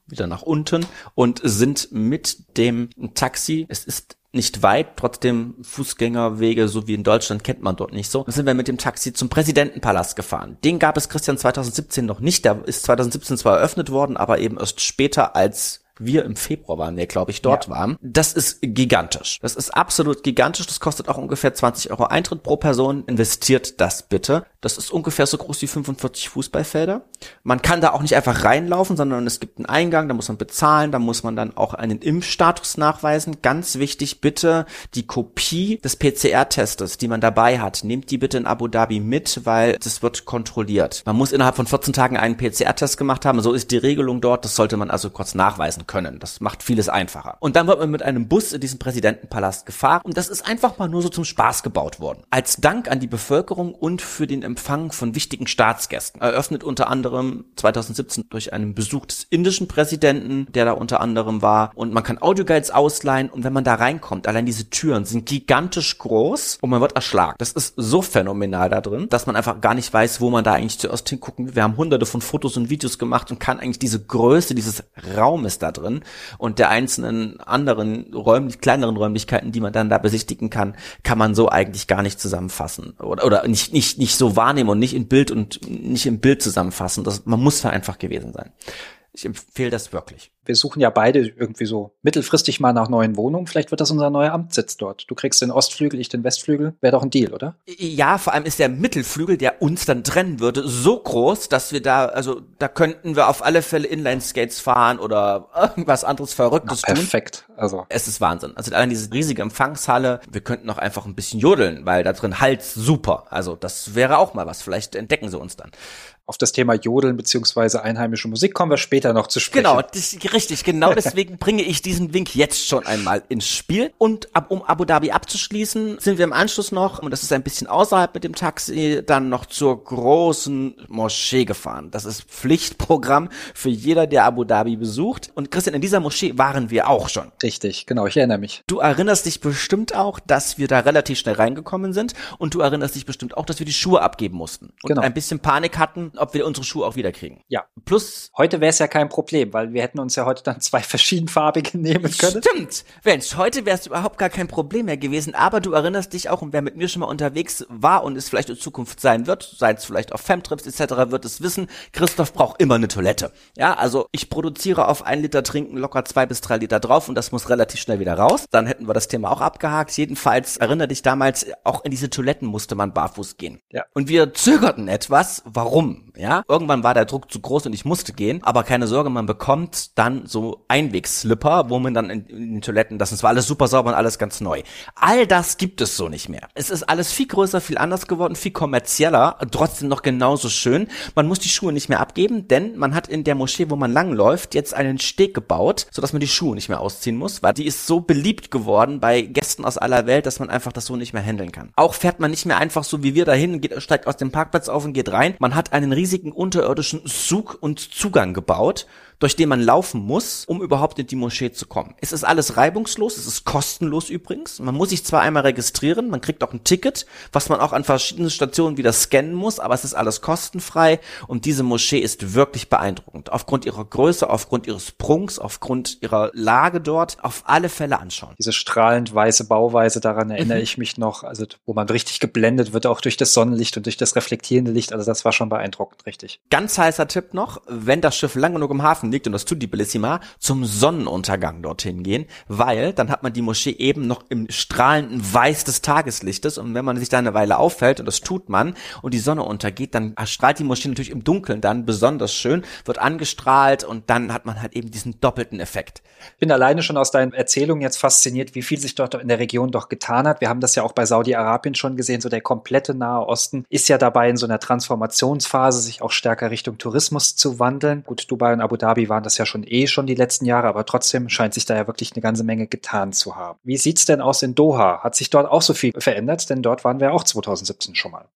wieder nach unten und sind mit dem Taxi, es ist nicht weit, trotzdem Fußgängerwege, so wie in Deutschland kennt man dort nicht so, sind wir mit dem Taxi zum Präsidentenpalast gefahren. Den gab es, Christian, zwanzig siebzehn noch nicht, der ist zwanzig siebzehn zwar eröffnet worden, aber eben erst später, als wir im Februar waren, wir, glaube ich, dort ja. waren. Das ist gigantisch. Das ist absolut gigantisch. Das kostet auch ungefähr zwanzig Euro Eintritt pro Person. Investiert das bitte. Das ist ungefähr so groß wie fünfundvierzig Fußballfelder. Man kann da auch nicht einfach reinlaufen, sondern es gibt einen Eingang, da muss man bezahlen, da muss man dann auch einen Impfstatus nachweisen. Ganz wichtig, bitte die Kopie des P C R-Testes, die man dabei hat, nehmt die bitte in Abu Dhabi mit, weil das wird kontrolliert. Man muss innerhalb von vierzehn Tagen einen P C R-Test gemacht haben. So ist die Regelung dort. Das sollte man also kurz nachweisen können. Das macht vieles einfacher. Und dann wird man mit einem Bus in diesen Präsidentenpalast gefahren und das ist einfach mal nur so zum Spaß gebaut worden. Als Dank an die Bevölkerung und für den Empfang von wichtigen Staatsgästen. Eröffnet unter anderem zwanzig siebzehn durch einen Besuch des indischen Präsidenten, der da unter anderem war, und man kann Audioguides ausleihen und wenn man da reinkommt, allein diese Türen sind gigantisch groß und man wird erschlagen. Das ist so phänomenal da drin, dass man einfach gar nicht weiß, wo man da eigentlich zuerst hingucken will. Wir haben hunderte von Fotos und Videos gemacht und kann eigentlich diese Größe dieses Raumes da drin und der einzelnen anderen räumlich kleineren Räumlichkeiten, die man dann da besichtigen kann, kann man so eigentlich gar nicht zusammenfassen oder oder nicht nicht nicht so wahrnehmen und nicht in Bild und nicht im Bild zusammenfassen. Das, man muss da einfach gewesen sein. Ich empfehle das wirklich. Wir suchen ja beide irgendwie so mittelfristig mal nach neuen Wohnungen. Vielleicht wird das unser neuer Amtssitz dort. Du kriegst den Ostflügel, ich den Westflügel. Wäre doch ein Deal, oder? Ja, vor allem ist der Mittelflügel, der uns dann trennen würde, so groß, dass wir da, also da könnten wir auf alle Fälle Inline-Skates fahren oder irgendwas anderes Verrücktes Na, perfekt. tun. Also es ist Wahnsinn. Also allein diese riesige Empfangshalle, wir könnten auch einfach ein bisschen jodeln, weil da drin hallt's super. Also das wäre auch mal was. Vielleicht entdecken sie uns dann. Auf das Thema Jodeln beziehungsweise einheimische Musik kommen wir später noch zu sprechen. Genau, das, richtig, genau deswegen bringe ich diesen Wink jetzt schon einmal ins Spiel. Und ab, um Abu Dhabi abzuschließen, sind wir im Anschluss noch, und das ist ein bisschen außerhalb mit dem Taxi, dann noch zur großen Moschee gefahren. Das ist Pflichtprogramm für jeder, der Abu Dhabi besucht. Und Christian, in dieser Moschee waren wir auch schon. Richtig, genau, ich erinnere mich. Du erinnerst dich bestimmt auch, dass wir da relativ schnell reingekommen sind. Und du erinnerst dich bestimmt auch, dass wir die Schuhe abgeben mussten. Und genau. ein bisschen Panik hatten, ob wir unsere Schuhe auch wieder kriegen. Ja. Plus, heute wäre es ja kein Problem, weil wir hätten uns ja heute dann zwei verschiedenfarbige nehmen können. Stimmt. Mensch, heute wäre es überhaupt gar kein Problem mehr gewesen, aber du erinnerst dich auch, und wer mit mir schon mal unterwegs war und es vielleicht in Zukunft sein wird, sei es vielleicht auf Femtrips et cetera, wird es wissen, Christoph braucht immer eine Toilette. Ja, also ich produziere auf ein Liter Trinken locker zwei bis drei Liter drauf und das muss relativ schnell wieder raus. Dann hätten wir das Thema auch abgehakt. Jedenfalls, erinnere dich damals, auch in diese Toiletten musste man barfuß gehen. Ja. Und wir zögerten etwas. Warum? Ja, irgendwann war der Druck zu groß und ich musste gehen, aber keine Sorge, man bekommt dann so Einwegslipper, wo man dann in, in den Toiletten, das war alles super sauber und alles ganz neu. All das gibt es so nicht mehr. Es ist alles viel größer, viel anders geworden, viel kommerzieller, trotzdem noch genauso schön. Man muss die Schuhe nicht mehr abgeben, denn man hat in der Moschee, wo man langläuft, jetzt einen Steg gebaut, sodass man die Schuhe nicht mehr ausziehen muss, weil die ist so beliebt geworden bei Gästen aus aller Welt, dass man einfach das so nicht mehr handeln kann. Auch fährt man nicht mehr einfach so wie wir dahin, geht, steigt aus dem Parkplatz auf und geht rein. Man hat einen riesigen unterirdischen Zug und Zugang gebaut, durch den man laufen muss, um überhaupt in die Moschee zu kommen. Es ist alles reibungslos, es ist kostenlos übrigens. Man muss sich zwar einmal registrieren, man kriegt auch ein Ticket, was man auch an verschiedenen Stationen wieder scannen muss, aber es ist alles kostenfrei und diese Moschee ist wirklich beeindruckend. Aufgrund ihrer Größe, aufgrund ihres Prunks, aufgrund ihrer Lage dort, auf alle Fälle anschauen. Diese strahlend weiße Bauweise, daran erinnere Mhm. ich mich noch, also wo man richtig geblendet wird, auch durch das Sonnenlicht und durch das reflektierende Licht, also das war schon beeindruckend, richtig. Ganz heißer Tipp noch, wenn das Schiff lang genug im Hafen liegt, und das tut die Bellissima, zum Sonnenuntergang dorthin gehen, weil dann hat man die Moschee eben noch im strahlenden Weiß des Tageslichtes und wenn man sich da eine Weile aufhält, und das tut man, und die Sonne untergeht, dann strahlt die Moschee natürlich im Dunkeln dann besonders schön, wird angestrahlt und dann hat man halt eben diesen doppelten Effekt. Ich bin alleine schon aus deinen Erzählungen jetzt fasziniert, wie viel sich dort in der Region doch getan hat. Wir haben das ja auch bei Saudi-Arabien schon gesehen, so der komplette Nahe Osten ist ja dabei in so einer Transformationsphase, sich auch stärker Richtung Tourismus zu wandeln. Gut, Dubai und Abu Dhabi waren das ja schon eh schon die letzten Jahre, aber trotzdem scheint sich da ja wirklich eine ganze Menge getan zu haben. Wie sieht's denn aus in Doha? Hat sich dort auch so viel verändert? Denn dort waren wir auch zwanzig siebzehn schon mal.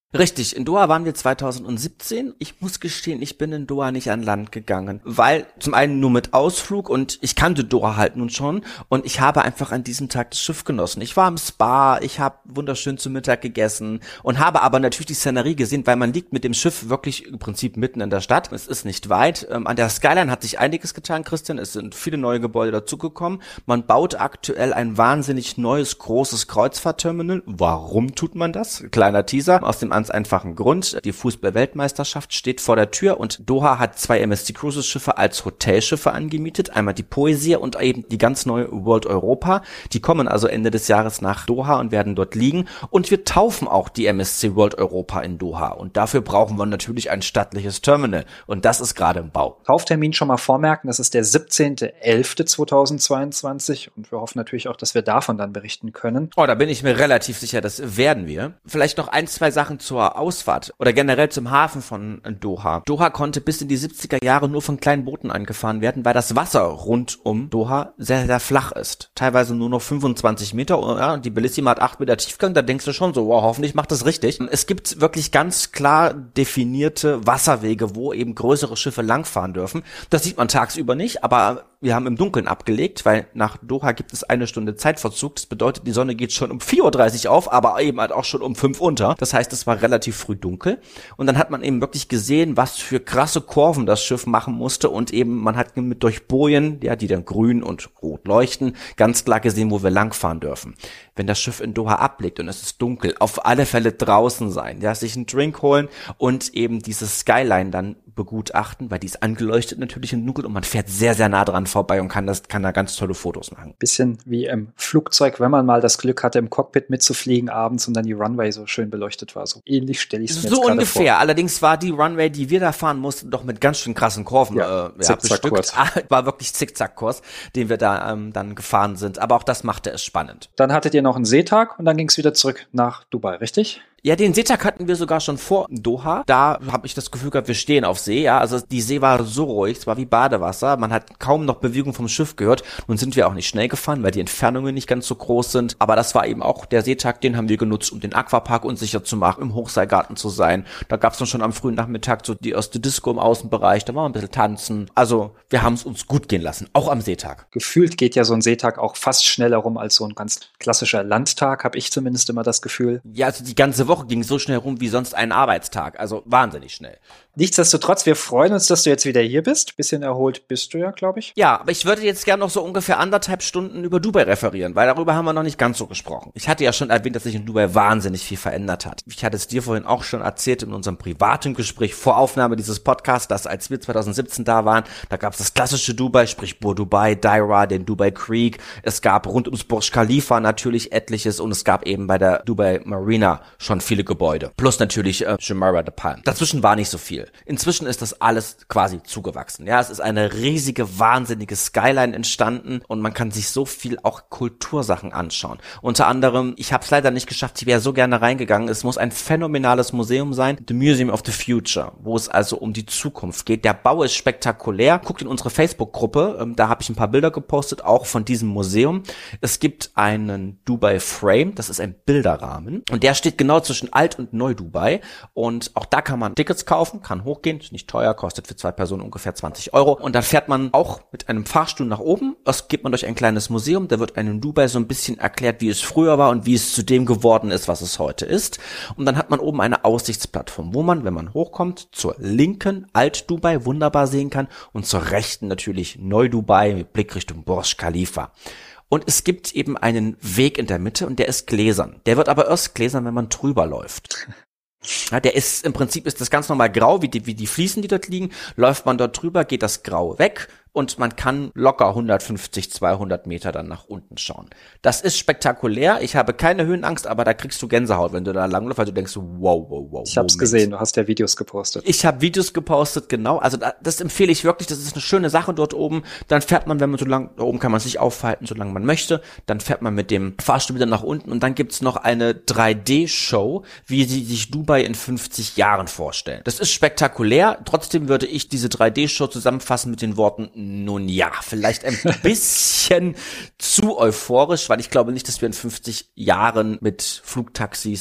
Richtig, in Doha waren wir zweitausendsiebzehn. Ich muss gestehen, ich bin in Doha nicht an Land gegangen, weil zum einen nur mit Ausflug und ich kannte Doha halt nun schon und ich habe einfach an diesem Tag das Schiff genossen. Ich war im Spa, ich habe wunderschön zu Mittag gegessen und habe aber natürlich die Szenerie gesehen, weil man liegt mit dem Schiff wirklich im Prinzip mitten in der Stadt. Es ist nicht weit. Ähm, an der Skyline hat sich einiges getan, Christian. Es sind viele neue Gebäude dazugekommen. Man baut aktuell ein wahnsinnig neues, großes Kreuzfahrtterminal. Warum tut man das? Kleiner Teaser. Aus dem ganz einfachen Grund, die Fußball-Weltmeisterschaft steht vor der Tür und Doha hat zwei M S C Cruises Schiffe als Hotelschiffe angemietet, einmal die Poesie und eben die ganz neue World Europa. Die kommen also Ende des Jahres nach Doha und werden dort liegen und wir taufen auch die M S C World Europa in Doha und dafür brauchen wir natürlich ein stattliches Terminal und das ist gerade im Bau. Kauftermin schon mal vormerken, das ist der siebzehnter elfter zweitausendzweiundzwanzig und wir hoffen natürlich auch, dass wir davon dann berichten können. Oh, da bin ich mir relativ sicher, das werden wir. Vielleicht noch ein, zwei Sachen zur Ausfahrt oder generell zum Hafen von Doha. Doha konnte bis in die siebziger Jahre nur von kleinen Booten angefahren werden, weil das Wasser rund um Doha sehr, sehr flach ist. Teilweise nur noch fünfundzwanzig Meter. Ja, die Bellissima hat acht Meter Tiefgang, da denkst du schon so, wow, hoffentlich macht das richtig. Es gibt wirklich ganz klar definierte Wasserwege, wo eben größere Schiffe langfahren dürfen. Das sieht man tagsüber nicht, aber wir haben im Dunkeln abgelegt, weil nach Doha gibt es eine Stunde Zeitverzug. Das bedeutet, die Sonne geht schon um vier Uhr dreißig auf, aber eben halt auch schon um fünf unter. Das heißt, es war relativ früh dunkel. Und dann hat man eben wirklich gesehen, was für krasse Kurven das Schiff machen musste. Und eben, man hat mit durch Bojen, ja, die dann grün und rot leuchten, ganz klar gesehen, wo wir langfahren dürfen. Wenn das Schiff in Doha ablegt und es ist dunkel, auf alle Fälle draußen sein, ja, sich einen Drink holen und eben diese Skyline dann begutachten, weil die ist angeleuchtet natürlich im Dunkeln und man fährt sehr, sehr nah dran vorbei und kann das, kann da ganz tolle Fotos machen. Bisschen wie im Flugzeug, wenn man mal das Glück hatte, im Cockpit mitzufliegen abends und dann die Runway so schön beleuchtet war. So ähnlich stelle ich es mir so jetzt gerade ungefähr. vor. Allerdings war die Runway, die wir da fahren mussten, doch mit ganz schön krassen Kurven ja, äh, ja, bestückt. War wirklich Zickzackkurs, den wir da ähm, dann gefahren sind. Aber auch das machte es spannend. Dann hattet ihr noch einen Seetag und dann ging es wieder zurück nach Dubai, richtig? Ja, den Seetag hatten wir sogar schon vor Doha. Da habe ich das Gefühl gehabt, wir stehen auf See. Ja, also die See war so ruhig, es war wie Badewasser. Man hat kaum noch Bewegung vom Schiff gehört. Nun sind wir auch nicht schnell gefahren, weil die Entfernungen nicht ganz so groß sind. Aber das war eben auch der Seetag, den haben wir genutzt, um den Aquapark unsicher zu machen, im Hochseilgarten zu sein. Da gab's dann schon am frühen Nachmittag so die erste Disco im Außenbereich. Da war ein bisschen tanzen. Also wir haben es uns gut gehen lassen, auch am Seetag. Gefühlt geht ja so ein Seetag auch fast schneller rum als so ein ganz klassischer Landtag, habe ich zumindest immer das Gefühl. Ja, also die ganze Woche ging so schnell rum wie sonst ein Arbeitstag. Also wahnsinnig schnell. Nichtsdestotrotz, wir freuen uns, dass du jetzt wieder hier bist. Bisschen erholt bist du ja, glaube ich. Ja, aber ich würde jetzt gerne noch so ungefähr anderthalb Stunden über Dubai referieren, weil darüber haben wir noch nicht ganz so gesprochen. Ich hatte ja schon erwähnt, dass sich in Dubai wahnsinnig viel verändert hat. Ich hatte es dir vorhin auch schon erzählt in unserem privaten Gespräch vor Aufnahme dieses Podcasts, dass als wir zweitausendsiebzehn da waren, da gab es das klassische Dubai, sprich Bur Dubai, Daira, den Dubai Creek. Es gab rund ums Burj Khalifa natürlich etliches und es gab eben bei der Dubai Marina schon viele Gebäude. Plus natürlich äh, Jumeirah the Palm. Dazwischen war nicht so viel. Inzwischen ist das alles quasi zugewachsen. Ja, es ist eine riesige, wahnsinnige Skyline entstanden und man kann sich so viel auch Kultursachen anschauen. Unter anderem, ich habe es leider nicht geschafft, ich wäre so gerne reingegangen, es muss ein phänomenales Museum sein, The Museum of the Future, wo es also um die Zukunft geht. Der Bau ist spektakulär. Guckt in unsere Facebook-Gruppe, ähm, da habe ich ein paar Bilder gepostet, auch von diesem Museum. Es gibt einen Dubai Frame, das ist ein Bilderrahmen und der steht genau zwischen Alt- und Neu-Dubai und auch da kann man Tickets kaufen, kann hochgehen, ist nicht teuer, kostet für zwei Personen ungefähr zwanzig Euro und dann fährt man auch mit einem Fahrstuhl nach oben, das geht man durch ein kleines Museum, da wird einem in Dubai so ein bisschen erklärt, wie es früher war und wie es zu dem geworden ist, was es heute ist und dann hat man oben eine Aussichtsplattform, wo man, wenn man hochkommt, zur linken Alt-Dubai wunderbar sehen kann und zur rechten natürlich Neu-Dubai mit Blick Richtung Burj Khalifa. Und es gibt eben einen Weg in der Mitte und der ist gläsern. Der wird aber erst gläsern, wenn man drüber läuft. Ja, der ist, im Prinzip ist das ganz normal grau, wie die, wie die Fliesen, die dort liegen. Läuft man dort drüber, geht das Grau weg und man kann locker hundertfünfzig, zweihundert Meter dann nach unten schauen. Das ist spektakulär. Ich habe keine Höhenangst, aber da kriegst du Gänsehaut, wenn du da langläufst, weil du denkst, wow, wow, wow. Ich hab's Moment. gesehen, du hast ja Videos gepostet. Ich habe Videos gepostet, genau. Also das empfehle ich wirklich, das ist eine schöne Sache dort oben. Dann fährt man, wenn man so lang, da oben kann man sich aufhalten, solange man möchte. Dann fährt man mit dem Fahrstuhl wieder nach unten und dann gibt's noch eine drei D-Show, wie sie sich Dubai in fünfzig Jahren vorstellen. Das ist spektakulär. Trotzdem würde ich diese drei D-Show zusammenfassen mit den Worten, nun ja, vielleicht ein bisschen zu euphorisch, weil ich glaube nicht, dass wir in fünfzig Jahren mit Flugtaxis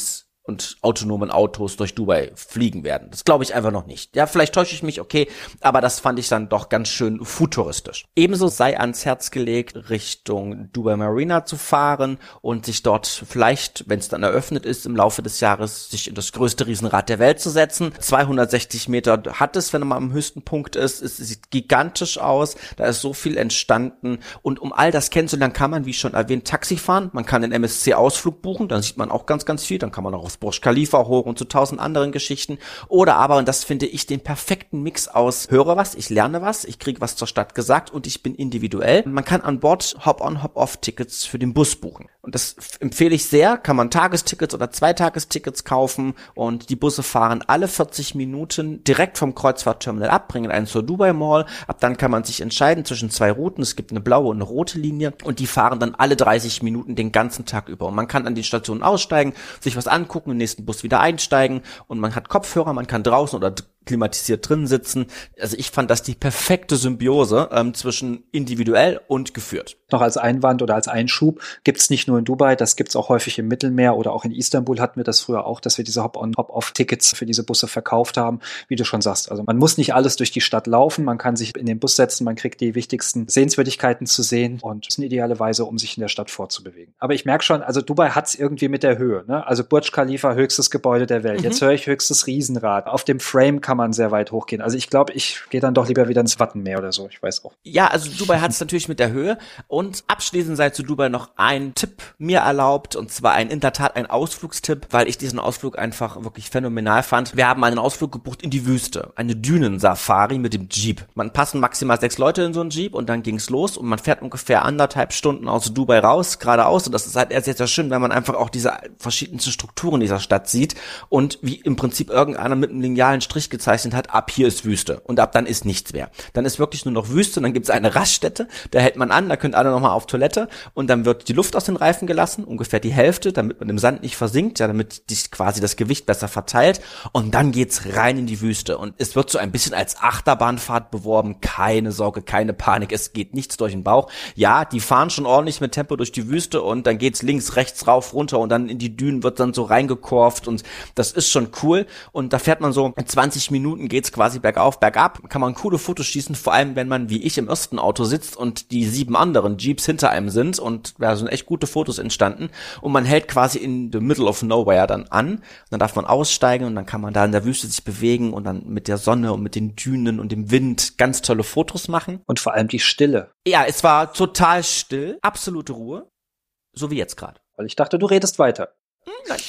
und autonomen Autos durch Dubai fliegen werden. Das glaube ich einfach noch nicht. Ja, vielleicht täusche ich mich, okay, aber das fand ich dann doch ganz schön futuristisch. Ebenso sei ans Herz gelegt, Richtung Dubai Marina zu fahren und sich dort vielleicht, wenn es dann eröffnet ist, im Laufe des Jahres sich in das größte Riesenrad der Welt zu setzen. zweihundertsechzig Meter hat es, wenn man am höchsten Punkt ist. Es sieht gigantisch aus. Da ist so viel entstanden. Und um all das kennenzulernen, kann man, wie schon erwähnt, Taxi fahren. Man kann den M S C-Ausflug buchen. Dann sieht man auch ganz, ganz viel. Dann kann man auch aufs Burj Khalifa hoch und zu tausend anderen Geschichten. Oder aber, und das finde ich den perfekten Mix aus, höre was, ich lerne was, ich kriege was zur Stadt gesagt und ich bin individuell. Man kann an Bord Hop-on, Hop-off-Tickets für den Bus buchen. Und das empfehle ich sehr. Kann man Tagestickets oder Zweitagestickets kaufen und die Busse fahren alle vierzig Minuten direkt vom Kreuzfahrtterminal ab, bringen einen zur Dubai Mall. Ab dann kann man sich entscheiden zwischen zwei Routen. Es gibt eine blaue und eine rote Linie und die fahren dann alle dreißig Minuten den ganzen Tag über. Und man kann an den Stationen aussteigen, sich was angucken, im nächsten Bus wieder einsteigen und man hat Kopfhörer, man kann draußen oder klimatisiert drin sitzen. Also ich fand das die perfekte Symbiose ähm, zwischen individuell und geführt. Noch als Einwand oder als Einschub gibt's nicht nur in Dubai, das gibt's auch häufig im Mittelmeer oder auch in Istanbul hatten wir das früher auch, dass wir diese Hop-on, Hop-off-Tickets für diese Busse verkauft haben, wie du schon sagst. Also man muss nicht alles durch die Stadt laufen, man kann sich in den Bus setzen, man kriegt die wichtigsten Sehenswürdigkeiten zu sehen und das ist eine ideale Weise, um sich in der Stadt fortzubewegen. Aber ich merke schon, also Dubai hat's irgendwie mit der Höhe, ne? Also Burj Khalifa, höchstes Gebäude der Welt. Mhm. Jetzt höre ich höchstes Riesenrad. Auf dem Frame kann man sehr weit hochgehen. Also ich glaube, ich gehe dann doch lieber wieder ins Wattenmeer oder so. Ich weiß auch. Ja, also Dubai hat es natürlich mit der Höhe. Und abschließend sei zu Dubai noch ein Tipp mir erlaubt. Und zwar ein, in der Tat ein Ausflugstipp, weil ich diesen Ausflug einfach wirklich phänomenal fand. Wir haben einen Ausflug gebucht in die Wüste. Eine Dünensafari mit dem Jeep. Man passen maximal sechs Leute in so einen Jeep und dann ging's los. Und man fährt ungefähr anderthalb Stunden aus Dubai raus, geradeaus. Und das ist halt sehr, sehr schön, wenn man einfach auch diese verschiedensten Strukturen dieser Stadt sieht. Und wie im Prinzip irgendeiner mit einem linealen Strich gezeichnet hat, ab hier ist Wüste und ab dann ist nichts mehr. Dann ist wirklich nur noch Wüste und dann gibt es eine Raststätte, da hält man an, da können alle nochmal auf Toilette und dann wird die Luft aus den Reifen gelassen, ungefähr die Hälfte, damit man im Sand nicht versinkt, ja, damit sich quasi das Gewicht besser verteilt und dann geht's rein in die Wüste und es wird so ein bisschen als Achterbahnfahrt beworben, keine Sorge, keine Panik, es geht nichts durch den Bauch. Ja, die fahren schon ordentlich mit Tempo durch die Wüste und dann geht's links, rechts, rauf, runter und dann in die Dünen wird dann so reingekurvt und das ist schon cool und da fährt man so in zwanzig Minuten geht's quasi bergauf, bergab, kann man coole Fotos schießen, vor allem wenn man wie ich im ersten Auto sitzt und die sieben anderen Jeeps hinter einem sind und da sind echt gute Fotos entstanden und man hält quasi in the middle of nowhere dann an, dann darf man aussteigen und dann kann man da in der Wüste sich bewegen und dann mit der Sonne und mit den Dünen und dem Wind ganz tolle Fotos machen. Und vor allem die Stille. Ja, es war total still, absolute Ruhe, so wie jetzt gerade. Weil ich dachte, du redest weiter. Nein.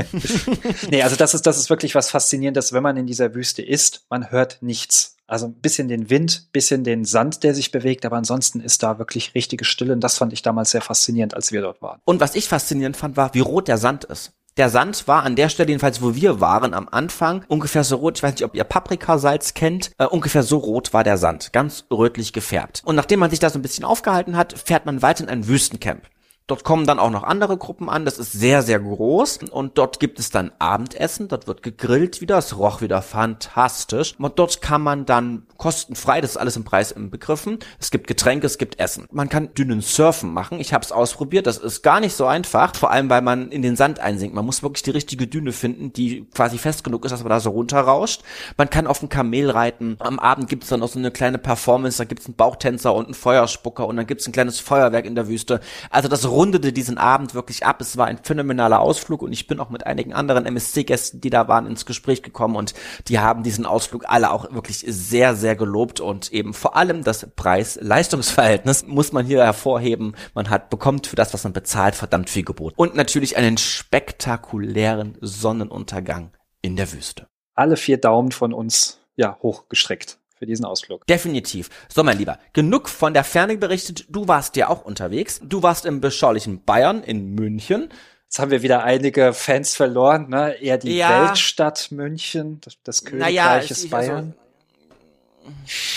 Nee, also das ist, das ist wirklich was Faszinierendes, wenn man in dieser Wüste ist, man hört nichts. Also ein bisschen den Wind, bisschen den Sand, der sich bewegt, aber ansonsten ist da wirklich richtige Stille und das fand ich damals sehr faszinierend, als wir dort waren. Und was ich faszinierend fand, war, wie rot der Sand ist. Der Sand war an der Stelle, jedenfalls wo wir waren, am Anfang ungefähr so rot, ich weiß nicht, ob ihr Paprikasalz kennt, äh, ungefähr so rot war der Sand, ganz rötlich gefärbt. Und nachdem man sich da so ein bisschen aufgehalten hat, fährt man weiter in ein Wüstencamp. Dort kommen dann auch noch andere Gruppen an, das ist sehr, sehr groß und dort gibt es dann Abendessen, dort wird gegrillt wieder, es roch wieder fantastisch und dort kann man dann kostenfrei, das ist alles im Preis inbegriffen, es gibt Getränke, es gibt Essen. Man kann dünnen Surfen machen, ich habe es ausprobiert, das ist gar nicht so einfach, vor allem weil man in den Sand einsinkt, man muss wirklich die richtige Düne finden, die quasi fest genug ist, dass man da so runterrauscht. Man kann auf dem Kamel reiten, am Abend gibt es dann noch so eine kleine Performance, da gibt es einen Bauchtänzer und einen Feuerspucker und dann gibt es ein kleines Feuerwerk in der Wüste, also das rundete diesen Abend wirklich ab. Es war ein phänomenaler Ausflug und ich bin auch mit einigen anderen M S C-Gästen, die da waren, ins Gespräch gekommen und die haben diesen Ausflug alle auch wirklich sehr, sehr gelobt und eben vor allem das Preis-Leistungs-Verhältnis muss man hier hervorheben. Man hat bekommt für das, was man bezahlt, verdammt viel geboten. Und natürlich einen spektakulären Sonnenuntergang in der Wüste. Alle vier Daumen von uns, ja, hochgestreckt für diesen Ausflug. Definitiv. So, mein Lieber, genug von der Ferne berichtet. Du warst ja auch unterwegs. Du warst im beschaulichen Bayern in München. Jetzt haben wir wieder einige Fans verloren, ne? Eher die ja. Weltstadt München, das, das Königreiches naja, Bayern.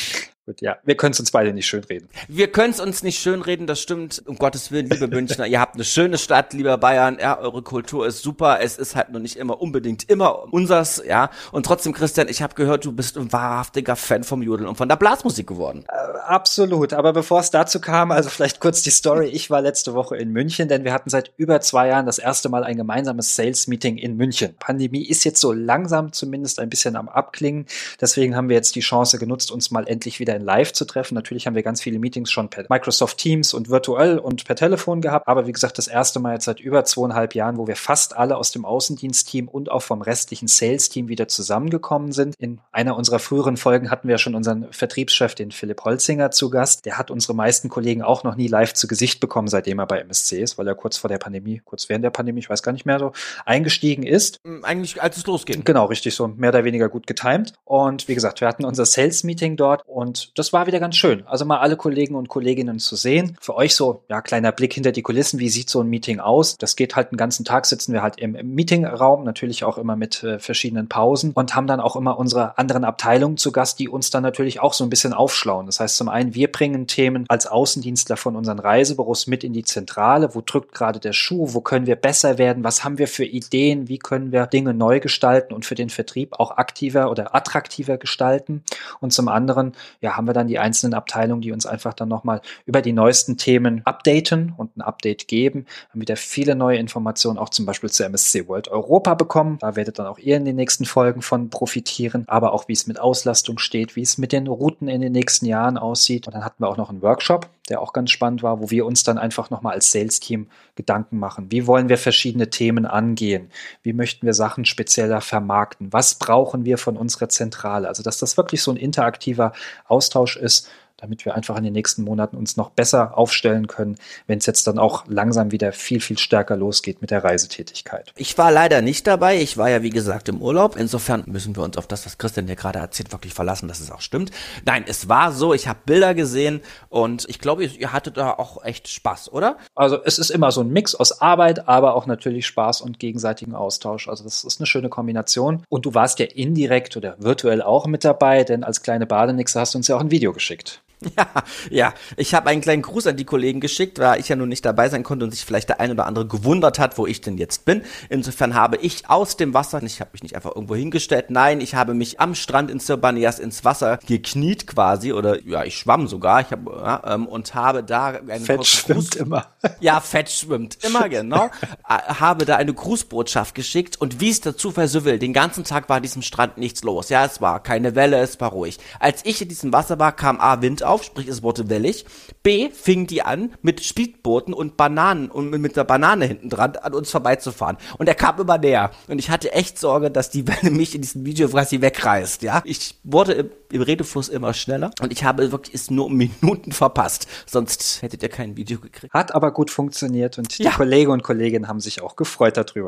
Gut, ja, wir können es uns beide nicht schönreden. Wir können es uns nicht schönreden, das stimmt. Um Gottes Willen, liebe Münchner, ihr habt eine schöne Stadt, lieber Bayern. Ja, eure Kultur ist super. Es ist halt nur nicht immer unbedingt immer unsers, ja. Und trotzdem, Christian, ich habe gehört, du bist ein wahrhaftiger Fan vom Jodeln und von der Blasmusik geworden. Äh, absolut. Aber bevor es dazu kam, also vielleicht kurz die Story. Ich war letzte Woche in München, denn wir hatten seit über zwei Jahren das erste Mal ein gemeinsames Sales-Meeting in München. Pandemie ist jetzt so langsam zumindest ein bisschen am Abklingen. Deswegen haben wir jetzt die Chance genutzt, uns mal endlich wieder in Live zu treffen. Natürlich haben wir ganz viele Meetings schon per Microsoft Teams und virtuell und per Telefon gehabt. Aber wie gesagt, das erste Mal jetzt seit über zweieinhalb Jahren, wo wir fast alle aus dem Außendienstteam und auch vom restlichen Sales-Team wieder zusammengekommen sind. In einer unserer früheren Folgen hatten wir schon unseren Vertriebschef, den Philipp Holzinger, zu Gast. Der hat unsere meisten Kollegen auch noch nie live zu Gesicht bekommen, seitdem er bei M S C ist, weil er kurz vor der Pandemie, kurz während der Pandemie, ich weiß gar nicht mehr so, eingestiegen ist. Eigentlich, als es losging. Genau, richtig, so mehr oder weniger gut getimed. Und wie gesagt, wir hatten unser Sales-Meeting dort und das war wieder ganz schön. Also mal alle Kollegen und Kolleginnen zu sehen. Für euch so, ja, kleiner Blick hinter die Kulissen. Wie sieht so ein Meeting aus? Das geht halt den ganzen Tag, sitzen wir halt im, im Meetingraum, natürlich auch immer mit äh, verschiedenen Pausen und haben dann auch immer unsere anderen Abteilungen zu Gast, die uns dann natürlich auch so ein bisschen aufschlauen. Das heißt zum einen, wir bringen Themen als Außendienstler von unseren Reisebüros mit in die Zentrale. Wo drückt gerade der Schuh? Wo können wir besser werden? Was haben wir für Ideen? Wie können wir Dinge neu gestalten und für den Vertrieb auch aktiver oder attraktiver gestalten? Und zum anderen, ja, haben wir dann die einzelnen Abteilungen, die uns einfach dann nochmal über die neuesten Themen updaten und ein Update geben. Wir haben wieder viele neue Informationen, auch zum Beispiel zur M S C World Europa bekommen. Da werdet dann auch ihr in den nächsten Folgen von profitieren, aber auch wie es mit Auslastung steht, wie es mit den Routen in den nächsten Jahren aussieht. Und dann hatten wir auch noch einen Workshop, der auch ganz spannend war, wo wir uns dann einfach nochmal als Sales-Team Gedanken machen. Wie wollen wir verschiedene Themen angehen? Wie möchten wir Sachen spezieller vermarkten? Was brauchen wir von unserer Zentrale? Also, dass das wirklich so ein interaktiver Austausch ist, damit wir einfach in den nächsten Monaten uns noch besser aufstellen können, wenn es jetzt dann auch langsam wieder viel, viel stärker losgeht mit der Reisetätigkeit. Ich war leider nicht dabei. Ich war ja, wie gesagt, im Urlaub. Insofern müssen wir uns auf das, was Christian dir gerade erzählt, wirklich verlassen, dass es auch stimmt. Nein, es war so. Ich habe Bilder gesehen und ich glaube, ihr hattet da auch echt Spaß, oder? Also es ist immer so ein Mix aus Arbeit, aber auch natürlich Spaß und gegenseitigen Austausch. Also das ist eine schöne Kombination. Und du warst ja indirekt oder virtuell auch mit dabei, denn als kleine Badenixe hast du uns ja auch ein Video geschickt. Ja, ja. Ich habe einen kleinen Gruß an die Kollegen geschickt, da ich ja nun nicht dabei sein konnte und sich vielleicht der ein oder andere gewundert hat, wo ich denn jetzt bin. Insofern habe ich aus dem Wasser, ich habe mich nicht einfach irgendwo hingestellt, nein, ich habe mich am Strand in Cirbanias ins Wasser gekniet quasi, oder ja, ich schwamm sogar, ich habe ja, ähm, und habe da eine Fett schwimmt immer. Ja, Fett schwimmt immer, genau. Habe da eine Grußbotschaft geschickt und wie es der Zufall so will, den ganzen Tag war an diesem Strand nichts los. Ja, es war keine Welle, es war ruhig. Als ich in diesem Wasser war, kam A, Wind auf, sprich es wurde wellig. B, fing die an, mit Speedbooten und Bananen und mit der Banane hinten dran an uns vorbeizufahren. Und er kam immer näher. Und ich hatte echt Sorge, dass die Welle mich in diesem Video quasi wegreißt, ja. Ich wurde im, im Redefluss immer schneller und ich habe wirklich es nur um Minuten verpasst. Sonst hättet ihr kein Video gekriegt. Hat aber gut funktioniert und die ja. Kollegen und Kolleginnen haben sich auch gefreut darüber.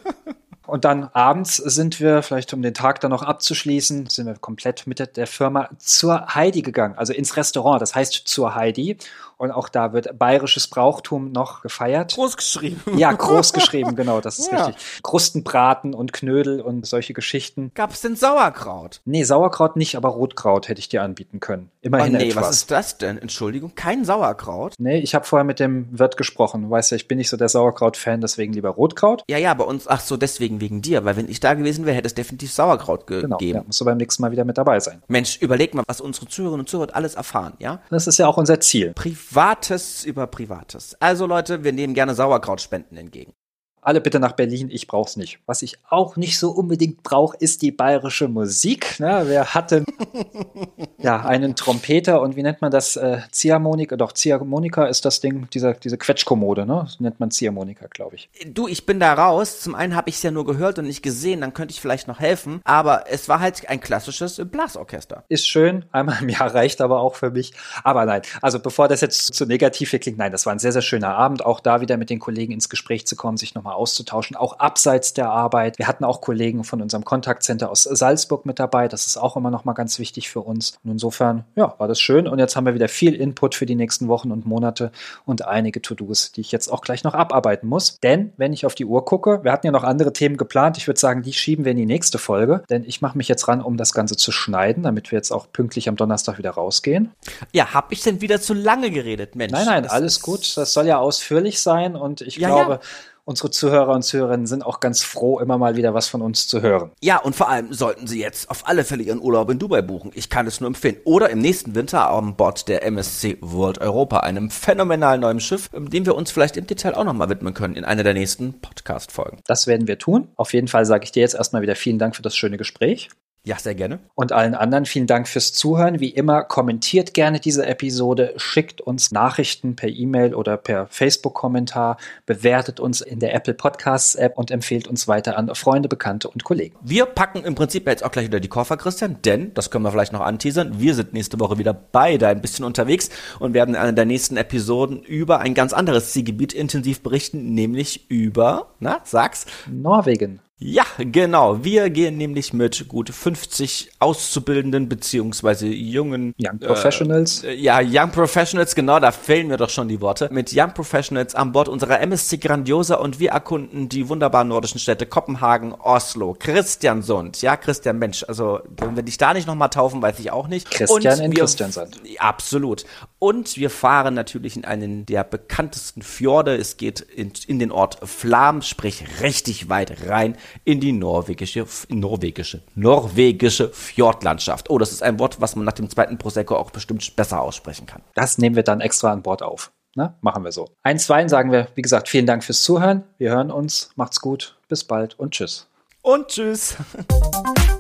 Und dann abends sind wir, vielleicht um den Tag dann noch abzuschließen, sind wir komplett mit der Firma zur Heidi gegangen, also ins Restaurant, das heißt zur Heidi. Und auch da wird bayerisches Brauchtum noch gefeiert. Groß geschrieben. Ja, groß geschrieben, genau, das ist ja. richtig. Krustenbraten und Knödel und solche Geschichten. Gab es denn Sauerkraut? Nee, Sauerkraut nicht, aber Rotkraut hätte ich dir anbieten können. Immerhin oh, nee, etwas. Was ist das denn? Entschuldigung, kein Sauerkraut? Nee, ich habe vorher mit dem Wirt gesprochen. Du weißt ja, ich bin nicht so der Sauerkraut-Fan, deswegen lieber Rotkraut. Ja, ja, bei uns, ach so, deswegen wegen dir, weil wenn ich da gewesen wäre, hätte es definitiv Sauerkraut ge- genau, gegeben. Ja, musst du beim nächsten Mal wieder mit dabei sein. Mensch, überleg mal, was unsere Zuhörerinnen und Zuhörer alles erfahren, ja? Das ist ja auch unser Ziel. Privates über Privates. Also Leute, wir nehmen gerne Sauerkrautspenden entgegen. Alle bitte nach Berlin, ich brauch's nicht. Was ich auch nicht so unbedingt brauche, ist die bayerische Musik. Na, wir hatten ja einen Trompeter und wie nennt man das? Äh, Ziehharmonika, doch Ziehharmonika ist das Ding, dieser, diese Quetschkommode, ne? Das nennt man Ziehharmonika, glaube ich. Du, ich bin da raus. Zum einen habe ich es ja nur gehört und nicht gesehen, dann könnte ich vielleicht noch helfen. Aber es war halt ein klassisches Blasorchester. Ist schön, einmal im Jahr reicht aber auch für mich. Aber nein, also bevor das jetzt zu negativ hier klingt, nein, das war ein sehr, sehr schöner Abend. Auch da wieder mit den Kollegen ins Gespräch zu kommen, sich nochmal mal auszutauschen, auch abseits der Arbeit. Wir hatten auch Kollegen von unserem Kontaktcenter aus Salzburg mit dabei. Das ist auch immer noch mal ganz wichtig für uns. Und insofern, ja, war das schön. Und jetzt haben wir wieder viel Input für die nächsten Wochen und Monate und einige To-Dos, die ich jetzt auch gleich noch abarbeiten muss. Denn, wenn ich auf die Uhr gucke, wir hatten ja noch andere Themen geplant. Ich würde sagen, die schieben wir in die nächste Folge. Denn ich mache mich jetzt ran, um das Ganze zu schneiden, damit wir jetzt auch pünktlich am Donnerstag wieder rausgehen. Ja, hab ich denn wieder zu lange geredet, Mensch? Nein, nein, alles gut. Das soll ja ausführlich sein und ich ja, glaube, ja. unsere Zuhörer und Zuhörerinnen sind auch ganz froh, immer mal wieder was von uns zu hören. Ja, und vor allem sollten Sie jetzt auf alle Fälle Ihren Urlaub in Dubai buchen. Ich kann es nur empfehlen. Oder im nächsten Winter an Bord der M S C World Europa, einem phänomenalen neuen Schiff, dem wir uns vielleicht im Detail auch nochmal widmen können in einer der nächsten Podcast-Folgen. Das werden wir tun. Auf jeden Fall sage ich dir jetzt erstmal wieder vielen Dank für das schöne Gespräch. Ja, sehr gerne. Und allen anderen vielen Dank fürs Zuhören. Wie immer, kommentiert gerne diese Episode, schickt uns Nachrichten per E-Mail oder per Facebook-Kommentar, bewertet uns in der Apple Podcasts-App und empfehlt uns weiter an Freunde, Bekannte und Kollegen. Wir packen im Prinzip jetzt auch gleich wieder die Koffer, Christian, denn, das können wir vielleicht noch anteasern, wir sind nächste Woche wieder beide ein bisschen unterwegs und werden in einer der nächsten Episoden über ein ganz anderes Seegebiet intensiv berichten, nämlich über, na, sag's? Norwegen. Ja, genau. Wir gehen nämlich mit gut fünfzig Auszubildenden beziehungsweise jungen Young Professionals. Äh, ja, Young Professionals, genau, da fehlen mir doch schon die Worte. Mit Young Professionals an Bord unserer M S C Grandiosa und wir erkunden die wunderbaren nordischen Städte Kopenhagen, Oslo, Kristiansund. Ja, Christian, Mensch, also wenn wir dich da nicht nochmal taufen, weiß ich auch nicht. Christian und in wir, Kristiansand. Absolut. Und wir fahren natürlich in einen der bekanntesten Fjorde. Es geht in, in den Ort Flam, sprich richtig weit rein in die norwegische, norwegische, norwegische Fjordlandschaft. Oh, das ist ein Wort, was man nach dem zweiten Prosecco auch bestimmt besser aussprechen kann. Das nehmen wir dann extra an Bord auf. Na, machen wir so. Einstweilen sagen wir, wie gesagt, vielen Dank fürs Zuhören. Wir hören uns. Macht's gut. Bis bald und tschüss. Und tschüss.